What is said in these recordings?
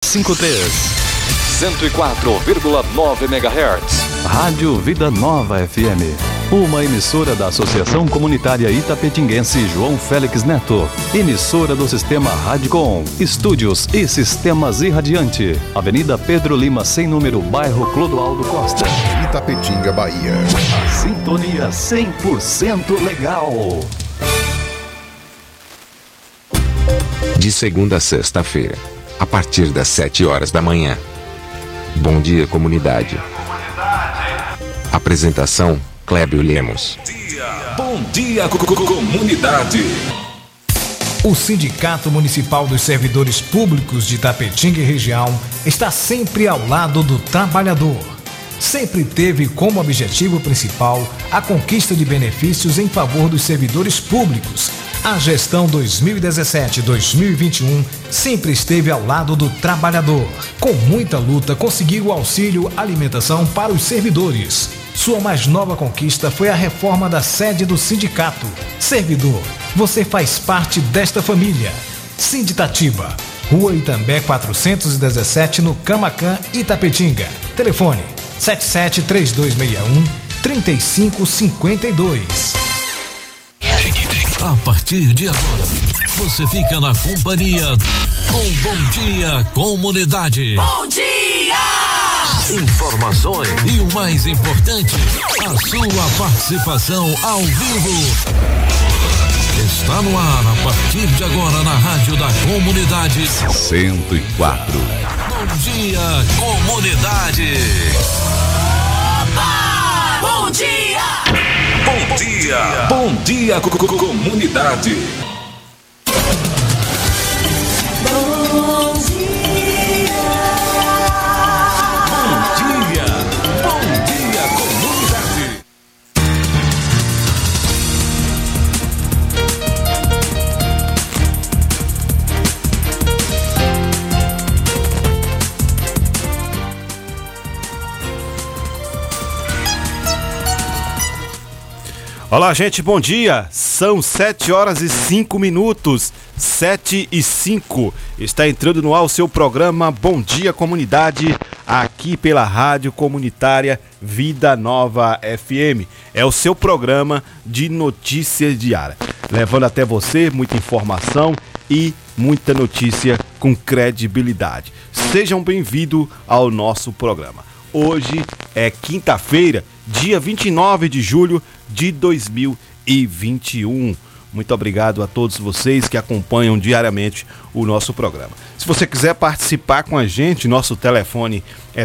104,53. 104,9 MHz. Rádio Vida Nova FM. Uma emissora da Associação Comunitária Itapetinguense João Félix Neto. Emissora do Sistema Radicom. Estúdios e Sistemas Irradiante. Avenida Pedro Lima, sem número, bairro Clodoaldo Costa, Itapetinga, Bahia. Sintonia 100% legal. De segunda a sexta-feira, a partir das 7 horas da manhã. Bom dia, comunidade. Apresentação: Clébio Lemos. Bom dia, comunidade. O Sindicato Municipal dos Servidores Públicos de Itapetinga e região está sempre ao lado do trabalhador. Sempre teve como objetivo principal a conquista de benefícios em favor dos servidores públicos. A gestão 2017-2021 sempre esteve ao lado do trabalhador. Com muita luta, conseguiu o auxílio alimentação para os servidores. Sua mais nova conquista foi a reforma da sede do sindicato. Servidor, você faz parte desta família. Sinditatiba, Rua Itambé 417, no Camacan, Itapetinga. Telefone 77-3261-3552. A partir de agora, você fica na companhia com Bom Dia Comunidade. Bom dia! Informações e o mais importante, a sua participação ao vivo. Está no ar a partir de agora na Rádio da Comunidade 104. Bom Dia Comunidade. Opa! Bom dia! Bom dia! Bom dia, comunidade! Bom dia! Bom dia, comunidade! Olá, gente, bom dia. São 7 horas e 5 minutos. 7 e 5. Está entrando no ar o seu programa Bom Dia Comunidade, aqui pela Rádio Comunitária Vida Nova FM. É o seu programa de notícias diárias, levando até você muita informação e muita notícia com credibilidade. Sejam bem-vindos ao nosso programa. Hoje é quinta-feira, dia 29 de julho de 2021. Muito obrigado a todos vocês que acompanham diariamente o nosso programa. Se você quiser participar com a gente, nosso telefone é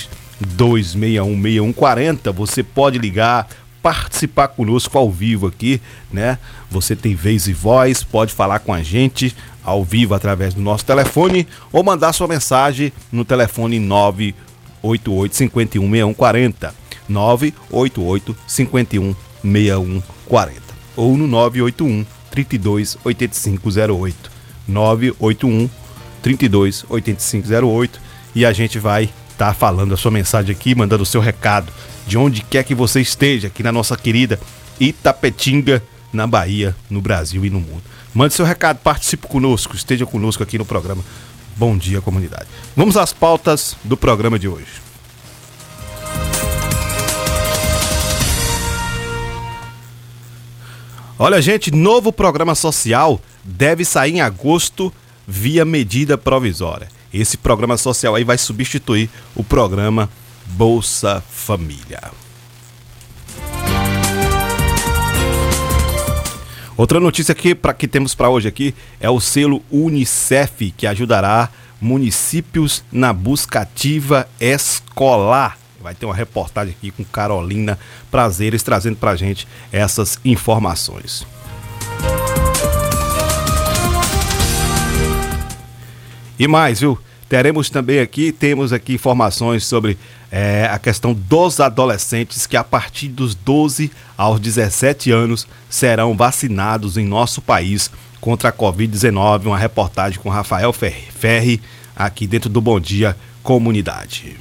3261-6140. Você pode ligar, participar conosco ao vivo aqui, né? Você tem vez e voz, pode falar com a gente ao vivo através do nosso telefone ou mandar sua mensagem no telefone 988-51-6140. 988-51-6140 ou no 981-32-8508 981-32-8508 e a gente vai estar falando a sua mensagem aqui, mandando o seu recado de onde quer que você esteja aqui na nossa querida Itapetinga, na Bahia, no Brasil e no mundo. Mande seu recado, participe conosco, esteja conosco aqui no programa Bom Dia Comunidade. Vamos às pautas do programa de hoje. Olha, gente, novo programa social deve sair em agosto via medida provisória. Esse programa social aí vai substituir o programa Bolsa Família. Outra notícia que temos para hoje aqui é o selo Unicef, que ajudará municípios na busca ativa escolar. Vai ter uma reportagem aqui com Carolina Prazeres trazendo pra gente essas informações. E mais, viu? Temos aqui informações sobre a questão dos adolescentes que a partir dos 12 aos 17 anos serão vacinados em nosso país contra a Covid-19. Uma reportagem com Rafael Ferri aqui dentro do Bom Dia Comunidade.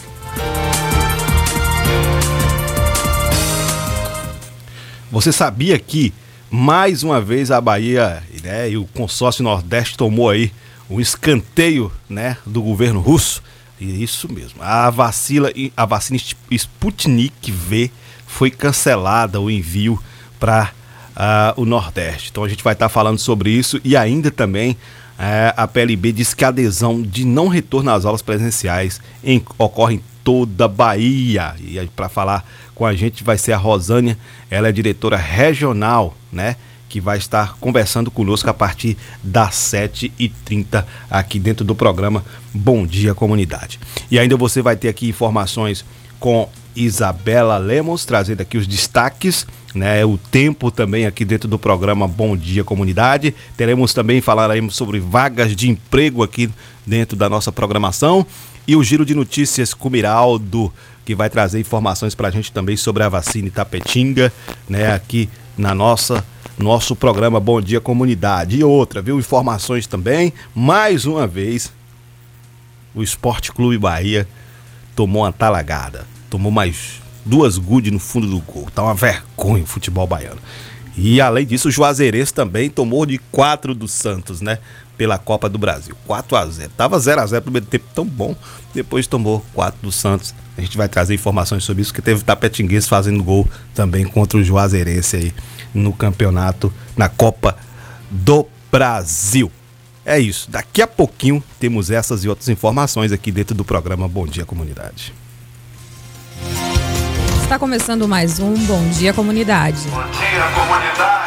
Você sabia que mais uma vez a Bahia, né, e o consórcio Nordeste tomou aí um escanteio, né, do governo russo. E isso mesmo, a vacina Sputnik V foi cancelada, o envio para o Nordeste. Então a gente vai estar falando sobre isso e ainda também a PLB diz que a adesão de não retorno às aulas presenciais ocorre em toda a Bahia. E para falar com a gente vai ser a Rosânia, ela é diretora regional, né? Que vai estar conversando conosco a partir das 7h30 aqui dentro do programa Bom Dia Comunidade. E ainda você vai ter aqui informações com Isabela Lemos, trazendo aqui os destaques, né? O tempo também aqui dentro do programa Bom Dia Comunidade. Falaremos sobre vagas de emprego aqui dentro da nossa programação. E o Giro de Notícias com Miraldo, que vai trazer informações para a gente também sobre a vacina Itapetinga, né? Aqui na nosso programa Bom Dia Comunidade. E outra, viu? Informações também. Mais uma vez, o Esporte Clube Bahia tomou uma talagada. Tomou mais 2 gols no fundo do gol. Tá uma vergonha o futebol baiano. E além disso, o Juazeirense também tomou de 4 do Santos, né? Pela Copa do Brasil. 4-0. Tava 0-0 no primeiro tempo, tão bom. Depois tomou 4 do Santos. A gente vai trazer informações sobre isso, que teve Tapetinguense fazendo gol também contra o Juazeirense aí no campeonato, na Copa do Brasil. É isso. Daqui a pouquinho temos essas e outras informações aqui dentro do programa Bom Dia Comunidade. Está começando mais um Bom Dia Comunidade. Bom dia, comunidade.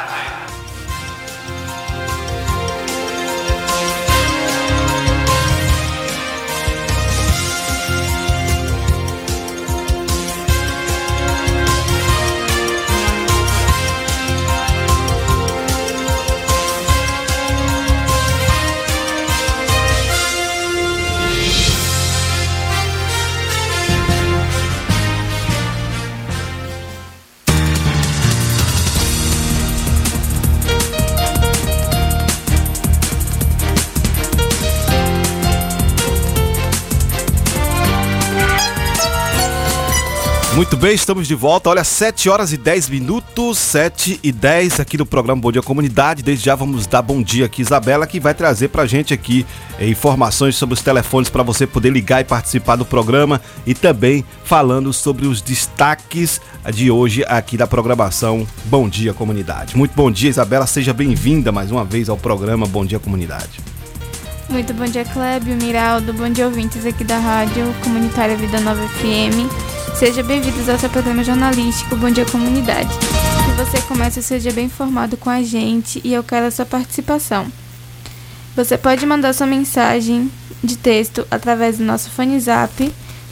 Muito bem, estamos de volta. Olha, 7h10, 7h10 aqui no programa Bom Dia Comunidade. Desde já vamos dar bom dia aqui, Isabela, que vai trazer pra gente aqui informações sobre os telefones para você poder ligar e participar do programa, e também falando sobre os destaques de hoje aqui da programação Bom Dia Comunidade. Muito bom dia, Isabela, seja bem-vinda mais uma vez ao programa Bom Dia Comunidade. Muito bom dia, Clébio, Miraldo, bom dia, ouvintes aqui da Rádio Comunitária Vida Nova FM. Sejam bem-vindos ao seu programa jornalístico Bom Dia Comunidade. Que você comece, seja bem informado com a gente, e eu quero a sua participação. Você pode mandar sua mensagem de texto através do nosso fone zap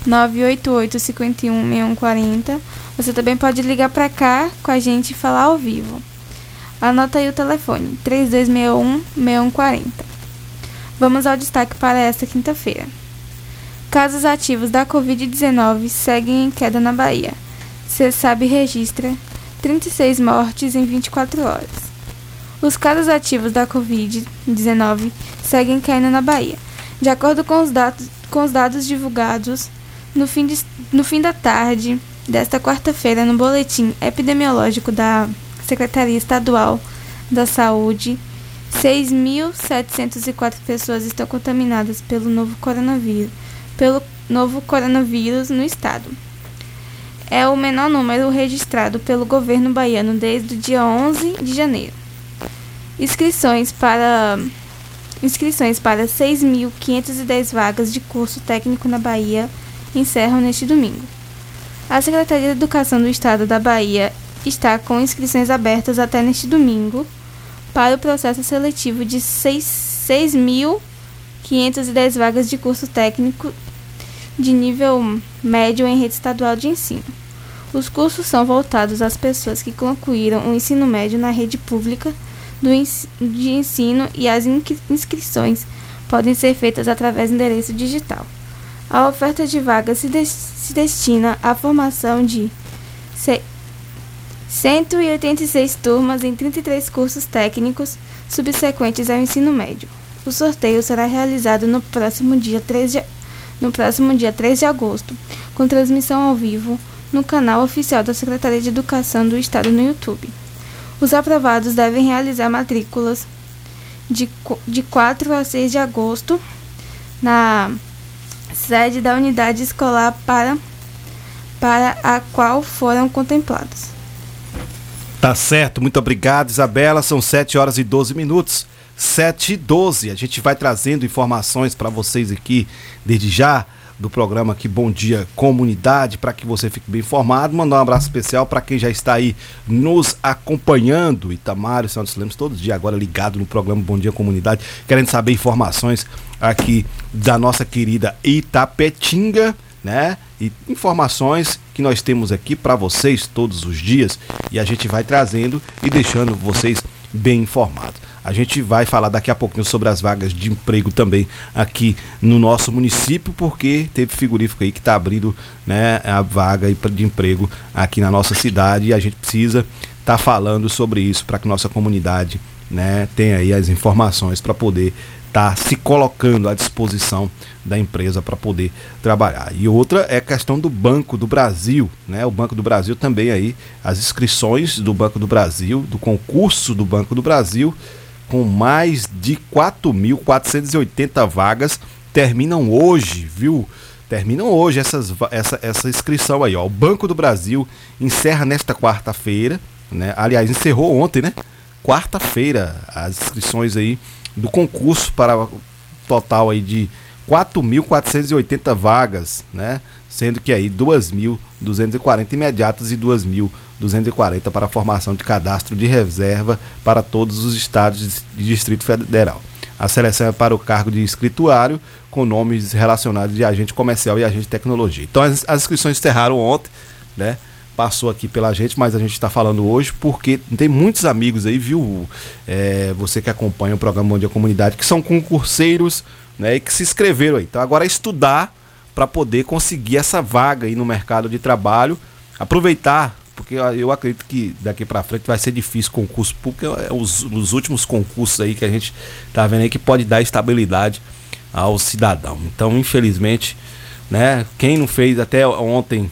988-51-6140. Você também pode ligar para cá com a gente e falar ao vivo. Anota aí o telefone 3261-6140. Vamos ao destaque para esta quinta-feira. Casos ativos da Covid-19 seguem em queda na Bahia. CESAB registra 36 mortes em 24 horas. Os casos ativos da Covid-19 seguem caindo na Bahia. De acordo com os dados divulgados no fim da tarde desta quarta-feira no boletim epidemiológico da Secretaria Estadual da Saúde, 6.704 pessoas estão contaminadas pelo novo coronavírus no estado. É o menor número registrado pelo governo baiano desde o dia 11 de janeiro. Inscrições para 6.510 vagas de curso técnico na Bahia encerram neste domingo. A Secretaria de Educação do Estado da Bahia está com inscrições abertas até neste domingo para o processo seletivo de 6.510 vagas de curso técnico de nível médio em rede estadual de ensino. Os cursos são voltados às pessoas que concluíram o ensino médio na rede pública de ensino, e as inscrições podem ser feitas através do endereço digital. A oferta de vagas se destina à formação de 186 turmas em 33 cursos técnicos subsequentes ao ensino médio. O sorteio será realizado no próximo dia 3 de agosto, com transmissão ao vivo no canal oficial da Secretaria de Educação do Estado no YouTube. Os aprovados devem realizar matrículas de 4 a 6 de agosto, na sede da unidade escolar para a qual foram contemplados. Tá certo, muito obrigado, Isabela. São 7h12. 7h12. A gente vai trazendo informações para vocês aqui, desde já, do programa aqui Bom Dia Comunidade, para que você fique bem informado. Mandar um abraço especial para quem já está aí nos acompanhando. Itamar e Santos Lemos, todos os dias agora ligado no programa Bom Dia Comunidade, querendo saber informações aqui da nossa querida Itapetinga, né? E informações que nós temos aqui para vocês todos os dias, e a gente vai trazendo e deixando vocês bem informados. A gente vai falar daqui a pouquinho sobre as vagas de emprego também aqui no nosso município, porque teve frigorífico aí que está abrindo, né, a vaga de emprego aqui na nossa cidade, e a gente precisa estar falando sobre isso para que nossa comunidade, né, tenha aí as informações para poder estar se colocando à disposição da empresa para poder trabalhar. E outra é a questão do Banco do Brasil, né? O Banco do Brasil também aí, as inscrições do Banco do Brasil, do concurso do Banco do Brasil, com mais de 4.480 vagas, terminam hoje, viu? Terminam hoje essa inscrição aí, ó. O Banco do Brasil encerra nesta quarta-feira, né? Aliás, encerrou ontem, né? Quarta-feira, as inscrições aí do concurso para o total aí de 4.480 vagas, né? Sendo que aí 2.240 imediatas e 2.240 para a formação de cadastro de reserva para todos os estados de Distrito Federal. A seleção é para o cargo de escriturário com nomes relacionados de agente comercial e agente de tecnologia. Então as inscrições encerraram ontem, né? Passou aqui pela gente, mas a gente está falando hoje porque tem muitos amigos aí, viu? Você que acompanha o programa Bom Dia Comunidade, que são concurseiros, né, e que se inscreveram aí. Então agora é estudar para poder conseguir essa vaga aí no mercado de trabalho, aproveitar, porque eu acredito que daqui para frente vai ser difícil concurso público, os últimos concursos aí que a gente tá vendo aí que pode dar estabilidade ao cidadão. Então, infelizmente, né, quem não fez até ontem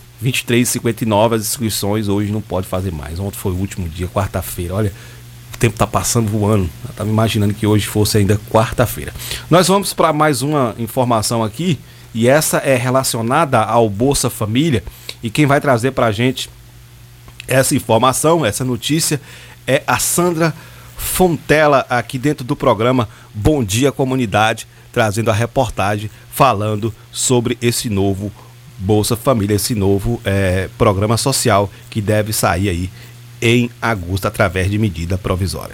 23h59 as inscrições, hoje não pode fazer mais. Ontem foi o último dia, quarta-feira. Olha, o tempo tá passando voando. Eu tava imaginando que hoje fosse ainda quarta-feira. Nós vamos para mais uma informação aqui, e essa é relacionada ao Bolsa Família, e quem vai trazer pra gente essa informação, essa notícia, é a Sandra Fontela, aqui dentro do programa Bom Dia Comunidade, trazendo a reportagem falando sobre esse novo Bolsa Família, esse novo programa social que deve sair aí em agosto através de medida provisória.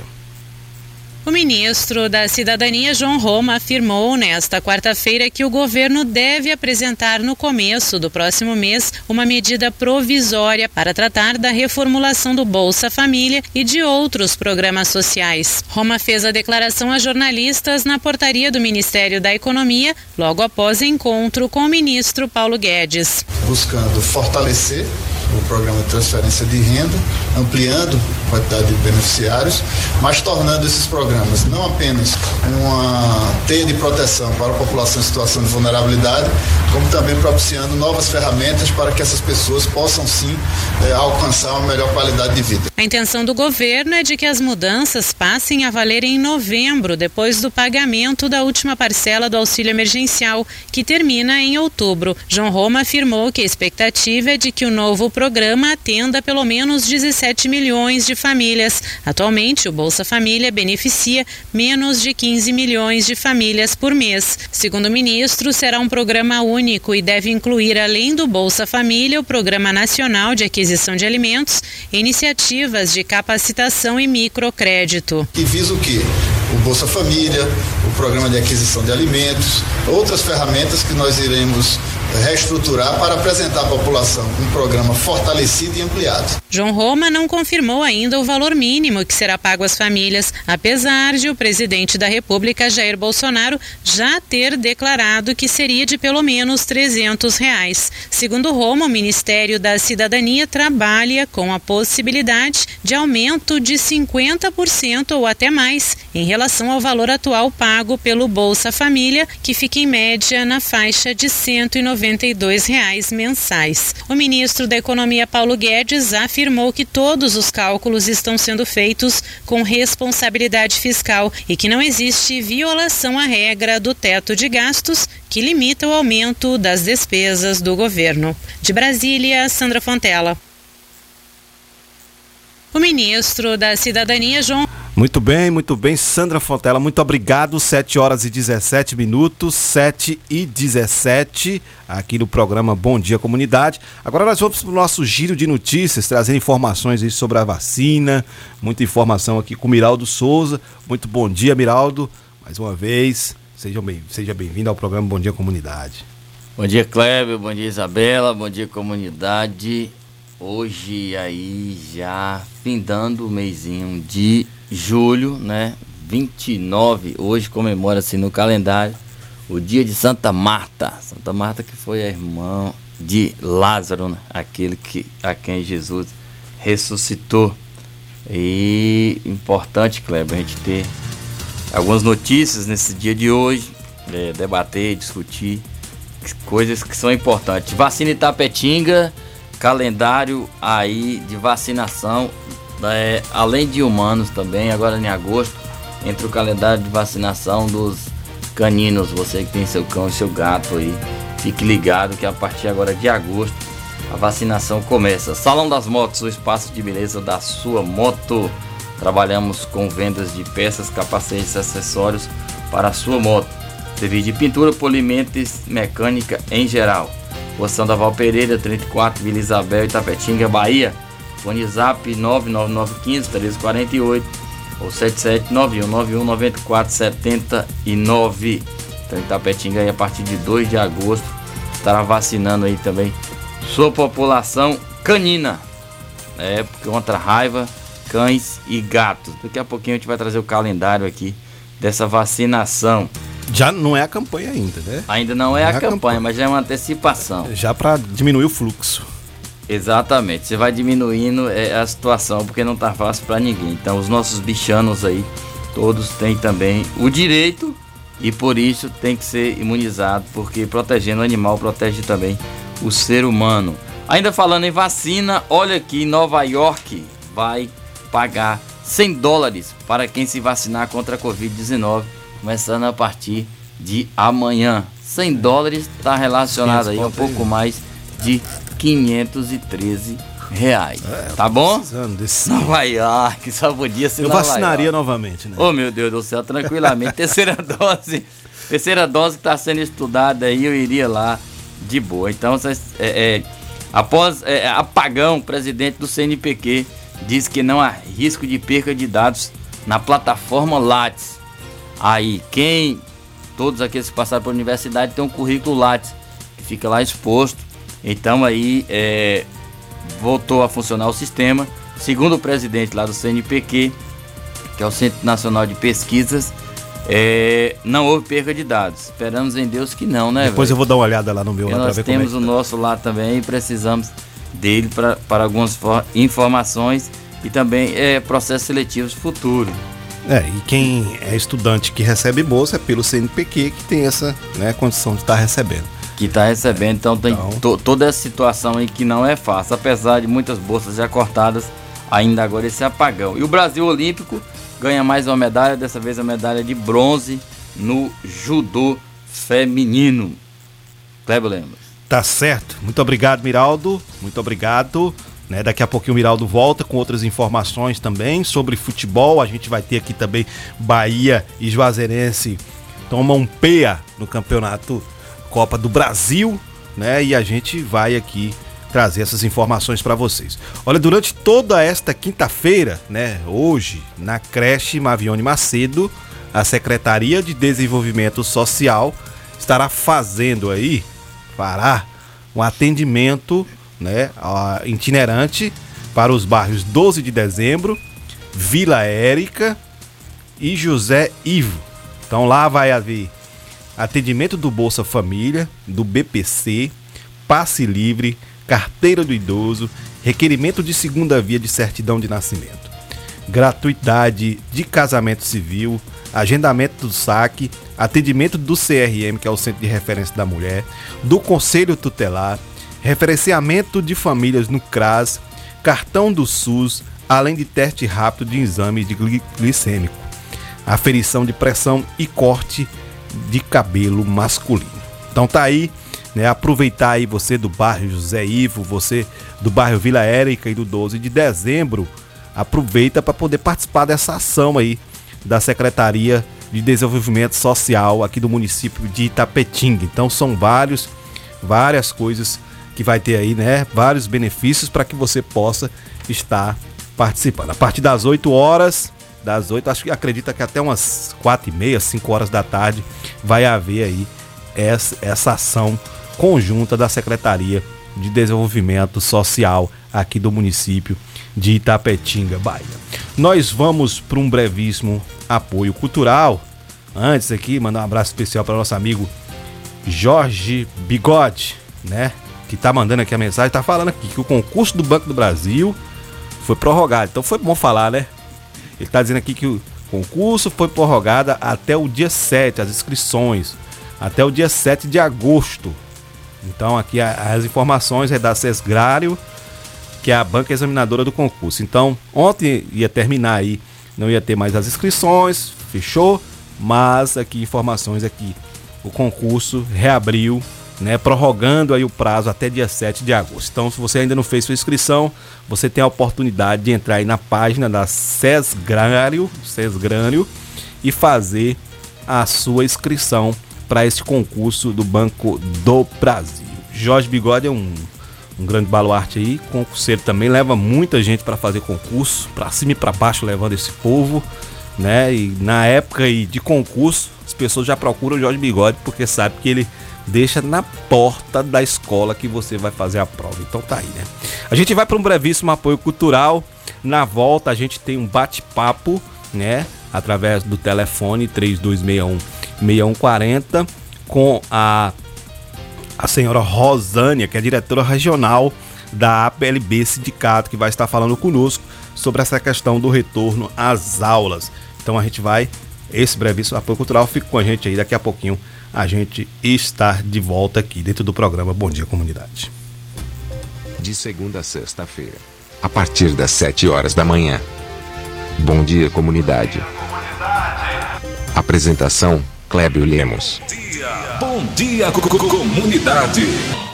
O ministro da Cidadania, João Roma, afirmou nesta quarta-feira que o governo deve apresentar no começo do próximo mês uma medida provisória para tratar da reformulação do Bolsa Família e de outros programas sociais. Roma fez a declaração a jornalistas na portaria do Ministério da Economia, logo após encontro com o ministro Paulo Guedes. Buscando fortalecer o programa de transferência de renda, ampliando a quantidade de beneficiários, mas tornando esses programas não apenas uma teia de proteção para a população em situação de vulnerabilidade, como também propiciando novas ferramentas para que essas pessoas possam sim alcançar uma melhor qualidade de vida. A intenção do governo é de que as mudanças passem a valer em novembro, depois do pagamento da última parcela do auxílio emergencial, que termina em outubro. João Roma afirmou que a expectativa é de que o novo programa atenda pelo menos 17 milhões de famílias. Atualmente, o Bolsa Família beneficia menos de 15 milhões de famílias por mês. Segundo o ministro, será um programa único e deve incluir, além do Bolsa Família, o Programa Nacional de Aquisição de Alimentos e iniciativas de capacitação e microcrédito. E visa o quê? O Bolsa Família, o Programa de Aquisição de Alimentos, outras ferramentas que nós iremos reestruturar para apresentar à população um programa fortalecido e ampliado. João Roma não confirmou ainda o valor mínimo que será pago às famílias, apesar de o presidente da República, Jair Bolsonaro, já ter declarado que seria de pelo menos R$300. Segundo Roma, o Ministério da Cidadania trabalha com a possibilidade de aumento de 50% ou até mais em relação relação ao valor atual pago pelo Bolsa Família, que fica em média na faixa de R$ 192 mensais. O ministro da Economia, Paulo Guedes, afirmou que todos os cálculos estão sendo feitos com responsabilidade fiscal e que não existe violação à regra do teto de gastos que limita o aumento das despesas do governo. De Brasília, Sandra Fontela. O ministro da Cidadania, João... Muito bem, Sandra Fontela, muito obrigado. 7h17, 7h17, aqui no programa Bom Dia Comunidade. Agora nós vamos para o nosso giro de notícias, trazendo informações aí sobre a vacina, muita informação aqui com o Miraldo Souza. Muito bom dia, Miraldo, mais uma vez, seja bem-vindo ao programa Bom Dia Comunidade. Bom dia, Kleber, bom dia, Isabela, bom dia, comunidade. Hoje aí já findando o mêsinho de julho, né? 29, hoje comemora-se no calendário o dia de Santa Marta. Santa Marta, que foi a irmã de Lázaro, né? Aquele a quem Jesus ressuscitou. E importante, Kleber, a gente ter algumas notícias nesse dia de hoje, debater, discutir coisas que são importantes. Vacina Itapetinga, calendário aí de vacinação, além de humanos também, agora em agosto, entre o calendário de vacinação dos caninos. Você que tem seu cão e seu gato aí, fique ligado que a partir agora de agosto a vacinação começa. Salão das Motos, o espaço de beleza da sua moto. Trabalhamos com vendas de peças, capacetes e acessórios para a sua moto. Serviço de pintura, polimentes, mecânica em geral. Rua Sandoval Pereira, 34, Vila Isabel, Itapetinga, Bahia. Fone Zap 99915-1348 ou 7791919479. Então, Itapetinga aí a partir de 2 de agosto estará vacinando aí também sua população canina, contra raiva, cães e gatos. Daqui a pouquinho a gente vai trazer o calendário aqui dessa vacinação. Já não é a campanha ainda, né? Ainda não é a campanha, mas já é uma antecipação. Já para diminuir o fluxo. Exatamente, você vai diminuindo a situação, porque não tá fácil para ninguém. Então os nossos bichanos aí, todos têm também o direito e por isso tem que ser imunizado, porque protegendo o animal protege também o ser humano. Ainda falando em vacina, olha aqui, Nova York vai pagar $100 para quem se vacinar contra a Covid-19, começando a partir de amanhã. $100 está relacionado aí a um pouco mais de R$513. Tá bom? Nova York, só podia ser. Eu vacinaria novamente, né? Oh, meu Deus do céu, tranquilamente. Terceira dose que está sendo estudada aí, eu iria lá de boa. Então, após apagão, o presidente do CNPq diz que não há risco de perca de dados na plataforma Lattes. Aí, todos aqueles que passaram pela universidade têm um currículo Lattes, que fica lá exposto. Então aí voltou a funcionar o sistema. Segundo o presidente lá do CNPq, que é o Centro Nacional de Pesquisas, não houve perca de dados. Esperamos em Deus que não, né? Depois eu vou dar uma olhada lá no meu. Lá nós temos o nosso lá também e precisamos dele para algumas informações e também processos seletivos futuros. E quem é estudante que recebe bolsa é pelo CNPq que tem essa condição de estar recebendo. Então tem toda essa situação aí que não é fácil, apesar de muitas bolsas já cortadas, ainda agora esse apagão. E o Brasil Olímpico ganha mais uma medalha, dessa vez a medalha de bronze no judô feminino. Kleber Lemos. Tá certo, muito obrigado, Miraldo, muito obrigado. Daqui a pouquinho o Miraldo volta com outras informações também sobre futebol. A gente vai ter aqui também Bahia e Juazeirense tomam peia no campeonato Copa do Brasil, e a gente vai aqui trazer essas informações para vocês. Olha, durante toda esta quinta-feira, hoje, na creche Mavione Macedo, a Secretaria de Desenvolvimento Social fará um atendimento itinerante para os bairros 12 de Dezembro, Vila Érica e José Ivo. Então lá vai haver atendimento do Bolsa Família, do BPC, passe livre, carteira do idoso, requerimento de segunda via de certidão de nascimento, gratuidade de casamento civil, agendamento do saque, atendimento do CRM, que é o Centro de Referência da Mulher, do Conselho Tutelar, referenciamento de famílias no CRAS, cartão do SUS, além de teste rápido de exame de glicêmico, aferição de pressão e corte de cabelo masculino. Então tá aí, né? Aproveitar aí você do bairro José Ivo, você do bairro Vila Érica e do 12 de dezembro, aproveita para poder participar dessa ação aí da Secretaria de Desenvolvimento Social aqui do município de Itapetinga. Então são várias coisas que vai ter aí, né? Vários benefícios para que você possa estar participando. A partir das 8 horas, acredita que até umas 4h30, 5 horas da tarde, vai haver aí essa ação conjunta da Secretaria de Desenvolvimento Social aqui do município de Itapetinga, Bahia. Nós vamos para um brevíssimo apoio cultural. Antes aqui, mandar um abraço especial para o nosso amigo Jorge Bigode, né? Que tá mandando aqui a mensagem, tá falando aqui que o concurso do Banco do Brasil foi prorrogado. Então foi bom falar, né? Ele tá dizendo aqui que o concurso foi prorrogado até o dia 7, as inscrições, até o dia 7 de agosto. Então aqui as informações é da Sesgrário, que é a banca examinadora do concurso. Então ontem ia terminar aí, não ia ter mais as inscrições, fechou, mas aqui informações aqui, o concurso reabriu, né, prorrogando aí o prazo até dia 7 de agosto. Então, se você ainda não fez sua inscrição, você tem a oportunidade de entrar aí na página da Sesgrário e fazer a sua inscrição para esse concurso do Banco do Brasil. Jorge Bigode é um grande baluarte aí, concurseiro também, leva muita gente para fazer concurso, para cima e para baixo levando esse povo, né? E na época aí de concurso, as pessoas já procuram o Jorge Bigode porque sabe que ele deixa na porta da escola que você vai fazer a prova. Então tá aí, né? A gente vai para um brevíssimo apoio cultural. Na volta a gente tem um bate-papo, né? Através do telefone 3261-6140 com a senhora Rosânia, que é diretora regional da APLB Sindicato, que vai estar falando conosco sobre essa questão do retorno às aulas. Então a gente vai, esse brevíssimo apoio cultural, fica com a gente aí, daqui a pouquinho a gente está de volta aqui dentro do programa Bom Dia Comunidade. De segunda a sexta-feira, a partir das 7 horas da manhã. Bom Dia Comunidade. Apresentação, Clébio Lemos. Bom Dia Comunidade.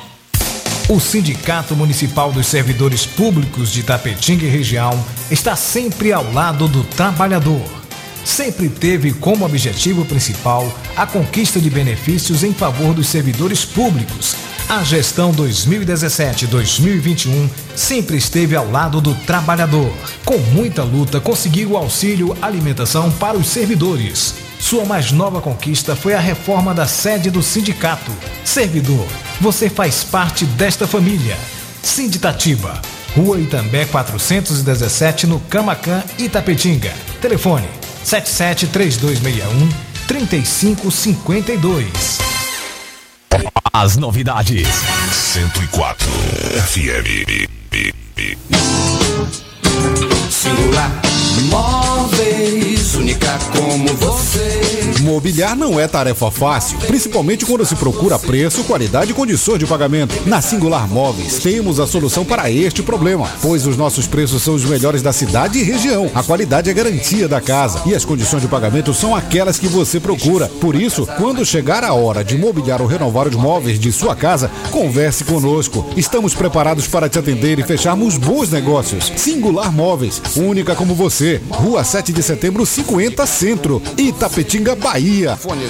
O Sindicato Municipal dos Servidores Públicos de Itapetinga e região está sempre ao lado do trabalhador. Sempre teve como objetivo principal a conquista de benefícios em favor dos servidores públicos. A gestão 2017-2021 sempre esteve ao lado do trabalhador. Com muita luta, conseguiu o auxílio alimentação para os servidores. Sua mais nova conquista foi a reforma da sede do sindicato. Servidor, você faz parte desta família. Sinditatiba, Rua Itambé 417, no Camacan, Itapetinga. Telefone 77-3261-3552. As novidades. 104 FM. Singular Móveis, única como você. Mobiliar não é tarefa fácil, principalmente quando se procura preço, qualidade e condições de pagamento. Na Singular Móveis temos a solução para este problema, pois os nossos preços são os melhores da cidade e região. A qualidade é garantia da casa e as condições de pagamento são aquelas que você procura. Por isso, quando chegar a hora de mobiliar ou renovar os móveis de sua casa, converse conosco. Estamos preparados para te atender e fecharmos bons negócios. Singular Móveis, única como você. Rua 7 de Setembro, 50 Centro, Itapetinga, Bahia. Fone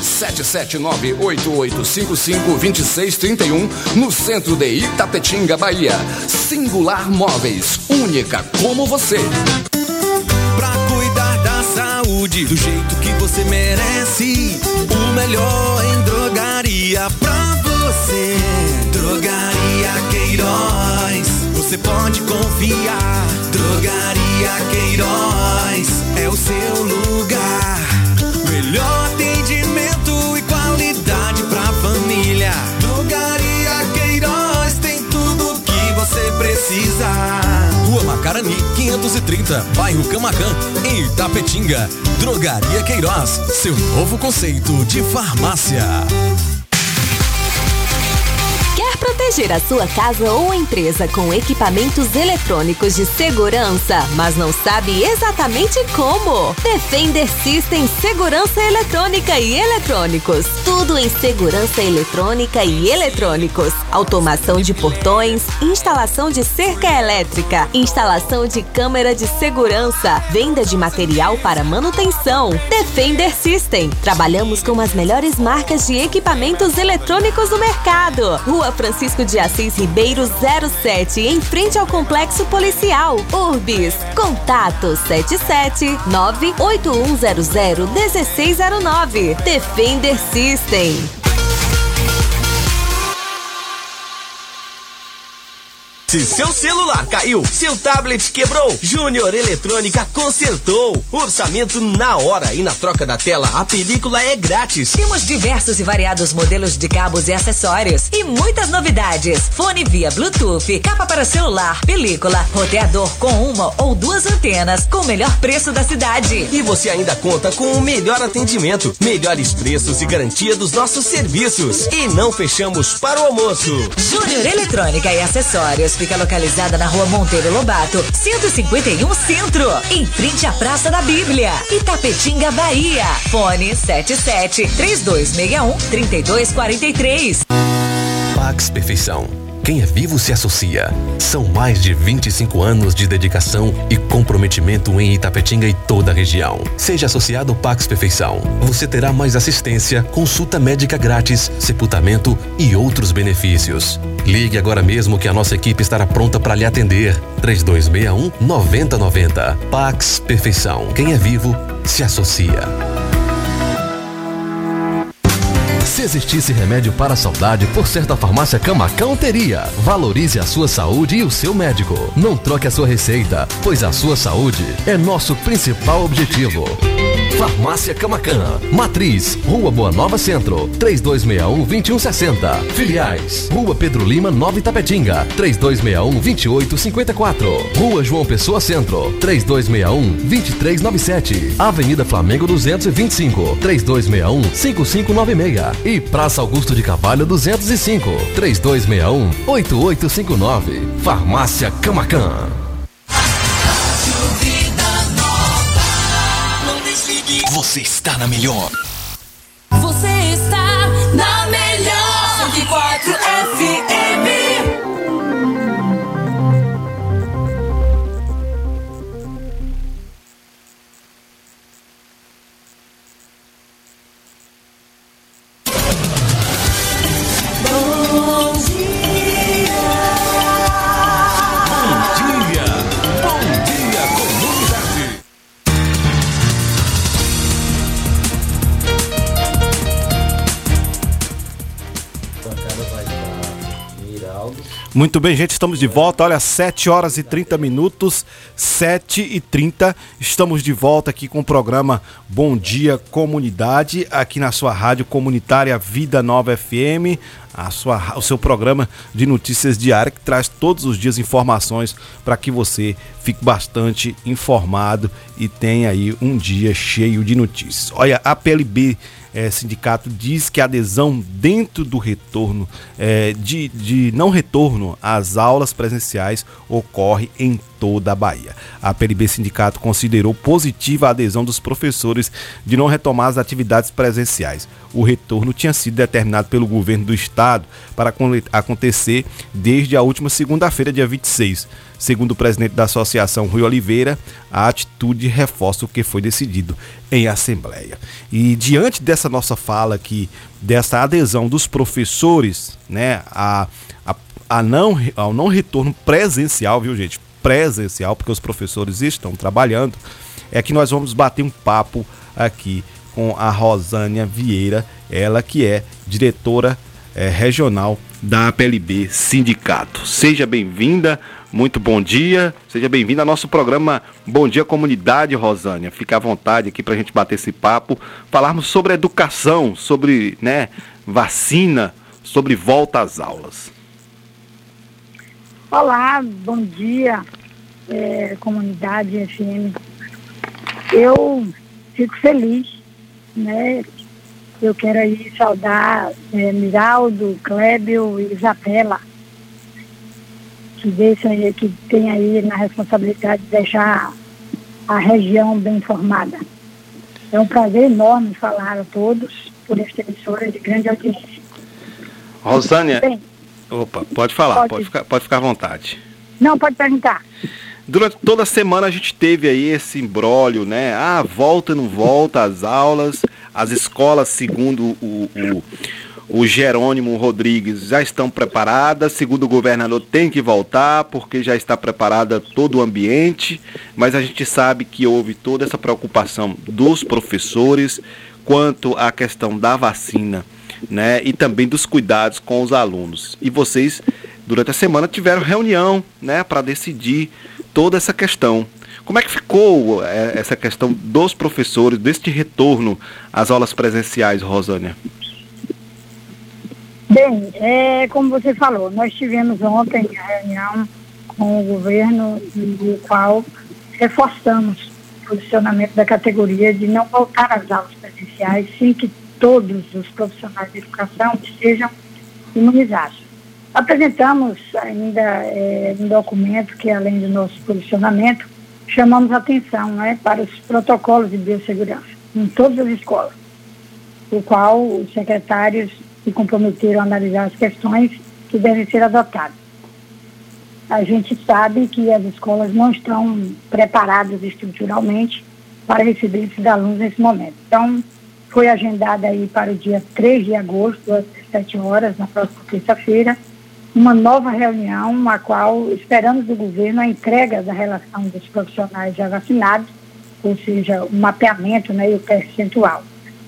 779-8855-2631, no centro de Itapetinga, Bahia. Singular Móveis, única como você. Pra cuidar da saúde do jeito que você merece, o melhor em drogaria pra você. Drogaria Queiroz, você pode confiar. Drogaria Queiroz é o seu lugar. Melhor atendimento e qualidade pra família. Drogaria Queiroz tem tudo que você precisa. Rua Macarani 530, bairro Camacan, em Itapetinga. Drogaria Queiroz, seu novo conceito de farmácia. Quer proteger a sua casa ou empresa com equipamentos eletrônicos de segurança, mas não sabe exatamente como? Defender System Segurança Eletrônica e Eletrônicos. Tudo em segurança eletrônica e eletrônicos. Automação de portões, instalação de cerca elétrica, instalação de câmera de segurança, venda de material para manutenção. Defender System. Trabalhamos com as melhores marcas de equipamentos eletrônicos do mercado. Rua Francisco de Assis Ribeiro 07, em frente ao Complexo Policial. Urbis. Contato 77981001609. Defender System. Se seu celular caiu, seu tablet quebrou, Júnior Eletrônica consertou. Orçamento na hora e na troca da tela, a película é grátis. Temos diversos e variados modelos de cabos e acessórios e muitas novidades. Fone via Bluetooth, capa para celular, película, roteador com uma ou duas antenas, com o melhor preço da cidade. E você ainda conta com o melhor atendimento, melhores preços e garantia dos nossos serviços. E não fechamos para o almoço. Júnior Eletrônica e Acessórios fica localizada na Rua Monteiro Lobato, 151 Centro, em frente à Praça da Bíblia, Itapetinga, Bahia. Fone 77-3261-3243. Pax Perfeição. Quem é vivo se associa. São mais de 25 anos de dedicação e comprometimento em Itapetinga e toda a região. Seja associado ao Pax Perfeição. Você terá mais assistência, consulta médica grátis, sepultamento e outros benefícios. Ligue agora mesmo que a nossa equipe estará pronta para lhe atender. 3261-9090. Pax Perfeição. Quem é vivo se associa. Se existisse remédio para a saudade, por certa farmácia Camacão teria. Valorize a sua saúde e o seu médico. Não troque a sua receita, pois a sua saúde é nosso principal objetivo. Farmácia Camacã. Matriz, Rua Boa Nova Centro, 3261-2160. Filiais, Rua Pedro Lima, Nova Itapetinga, 3261-2854. Rua João Pessoa Centro, 3261-2397. Avenida Flamengo 225, 3261-5596. E Praça Augusto de Carvalho 205, 3261-8859. Farmácia Camacã. Você está na melhor. Você está na melhor 104 FM. Muito bem, gente, estamos de volta. Olha, 7 horas e 30 minutos, 7h30. Estamos de volta aqui com o programa Bom Dia Comunidade, aqui na sua rádio comunitária Vida Nova FM, o seu programa de notícias diária que traz todos os dias informações para que você fique bastante informado e tenha aí um dia cheio de notícias. Olha, a PLB sindicato diz que a adesão dentro do retorno, de não retorno às aulas presenciais ocorre em toda a Bahia. A PLB Sindicato considerou positiva a adesão dos professores de não retomar as atividades presenciais. O retorno tinha sido determinado pelo governo do estado para acontecer desde a última segunda-feira, dia 26. Segundo o presidente da associação, Rui Oliveira, a atitude reforça o que foi decidido em assembleia. E diante dessa nossa fala aqui, dessa adesão dos professores, né, ao não retorno presencial, viu, gente? Presencial, porque os professores estão trabalhando, é que nós vamos bater um papo aqui com a Rosânia Vieira, ela que é diretora regional da PLB Sindicato. Seja bem-vinda, muito bom dia, seja bem-vinda ao nosso programa Bom Dia Comunidade, Rosânia. Fica à vontade aqui para a gente bater esse papo, falarmos sobre educação, sobre vacina, sobre volta às aulas. Olá, bom dia, Comunidade FM. Eu fico feliz, né? Eu quero aí saudar Miraldo, Clébio e Isabela, que tem aí na responsabilidade de deixar a região bem informada. É um prazer enorme falar a todos por esta emissora de grande audiência. Rosânia, Bem, opa, pode falar, pode ficar à vontade. Não, pode perguntar. Durante toda a semana a gente teve aí esse imbróglio, né? Volta, não volta às aulas, as escolas, segundo o Jerônimo Rodrigues, já estão preparadas, segundo o governador tem que voltar, porque já está preparada todo o ambiente, mas a gente sabe que houve toda essa preocupação dos professores quanto à questão da vacina, né? E também dos cuidados com os alunos. E vocês, durante a semana, tiveram reunião, né, para decidir toda essa questão. Como é que ficou essa questão dos professores, deste retorno às aulas presenciais, Rosânia? Bem, como você falou, nós tivemos ontem a reunião com o governo, no qual reforçamos o posicionamento da categoria de não voltar às aulas presenciais sem que todos os profissionais de educação sejam imunizados. Apresentamos ainda um documento que, além do nosso posicionamento, chamamos atenção, né, para os protocolos de biossegurança em todas as escolas, o qual os secretários se comprometeram a analisar as questões que devem ser adotadas. A gente sabe que as escolas não estão preparadas estruturalmente para receber esses alunos nesse momento. Então, foi agendada aí para o dia 3 de agosto, às 17 horas, na próxima terça-feira, uma nova reunião, a qual esperamos do governo a entrega da relação dos profissionais já vacinados, ou seja, o mapeamento, né, e o percentual.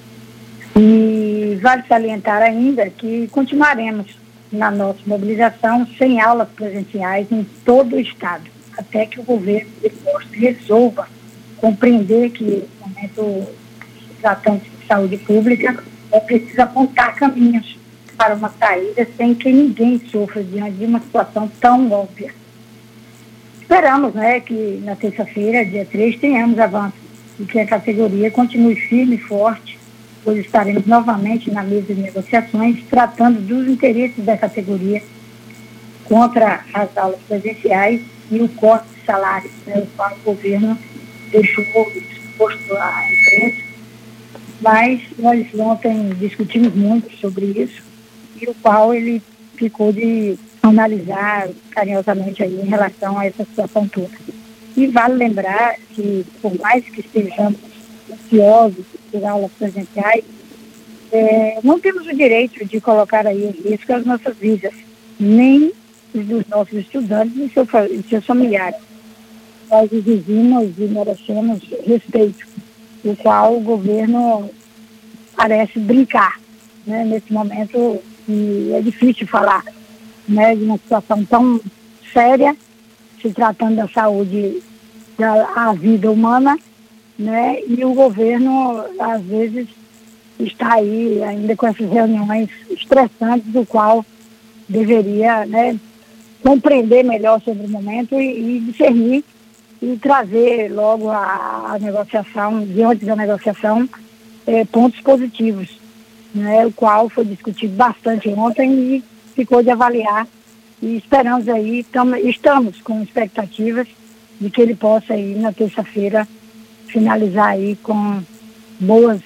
E vale salientar ainda que continuaremos na nossa mobilização sem aulas presenciais em todo o estado, até que o governo resolva compreender que, no momento tratando de saúde pública, é preciso apontar caminhos para uma saída sem que ninguém sofra diante de uma situação tão óbvia. Esperamos, né, que na terça-feira, dia 3, tenhamos avanço e que a categoria continue firme e forte, pois estaremos novamente na mesa de negociações, tratando dos interesses da categoria contra as aulas presenciais e o corte de salários, né, o qual o governo deixou exposto à imprensa. Mas nós ontem discutimos muito sobre isso, e o qual ele ficou de analisar carinhosamente aí em relação a essa situação toda. E vale lembrar que, por mais que estejamos ansiosos por aulas presenciais, não temos o direito de colocar aí em risco as nossas vidas, nem os dos nossos estudantes e seus familiares. Nós exigimos e merecemos respeito, o qual o governo parece brincar, né, nesse momento, e é difícil falar, né, de uma situação tão séria, se tratando da saúde, da vida humana, né, e o governo, às vezes, está aí ainda com essas reuniões estressantes, do qual deveria, né, compreender melhor sobre o momento e discernir e trazer logo a negociação, diante da negociação, pontos positivos, né, o qual foi discutido bastante ontem e ficou de avaliar, e esperamos aí, estamos com expectativas de que ele possa aí na terça-feira finalizar aí com boas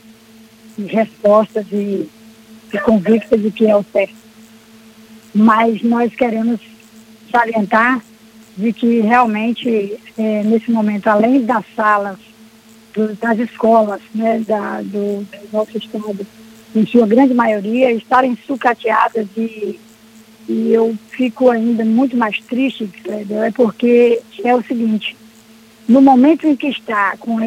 respostas e convictas de que é o certo. Mas nós queremos salientar de que realmente, nesse momento, além das salas, das escolas, né, do nosso estado, em sua grande maioria, estarem sucateadas, e eu fico ainda muito mais triste, é porque é o seguinte: no momento em que está com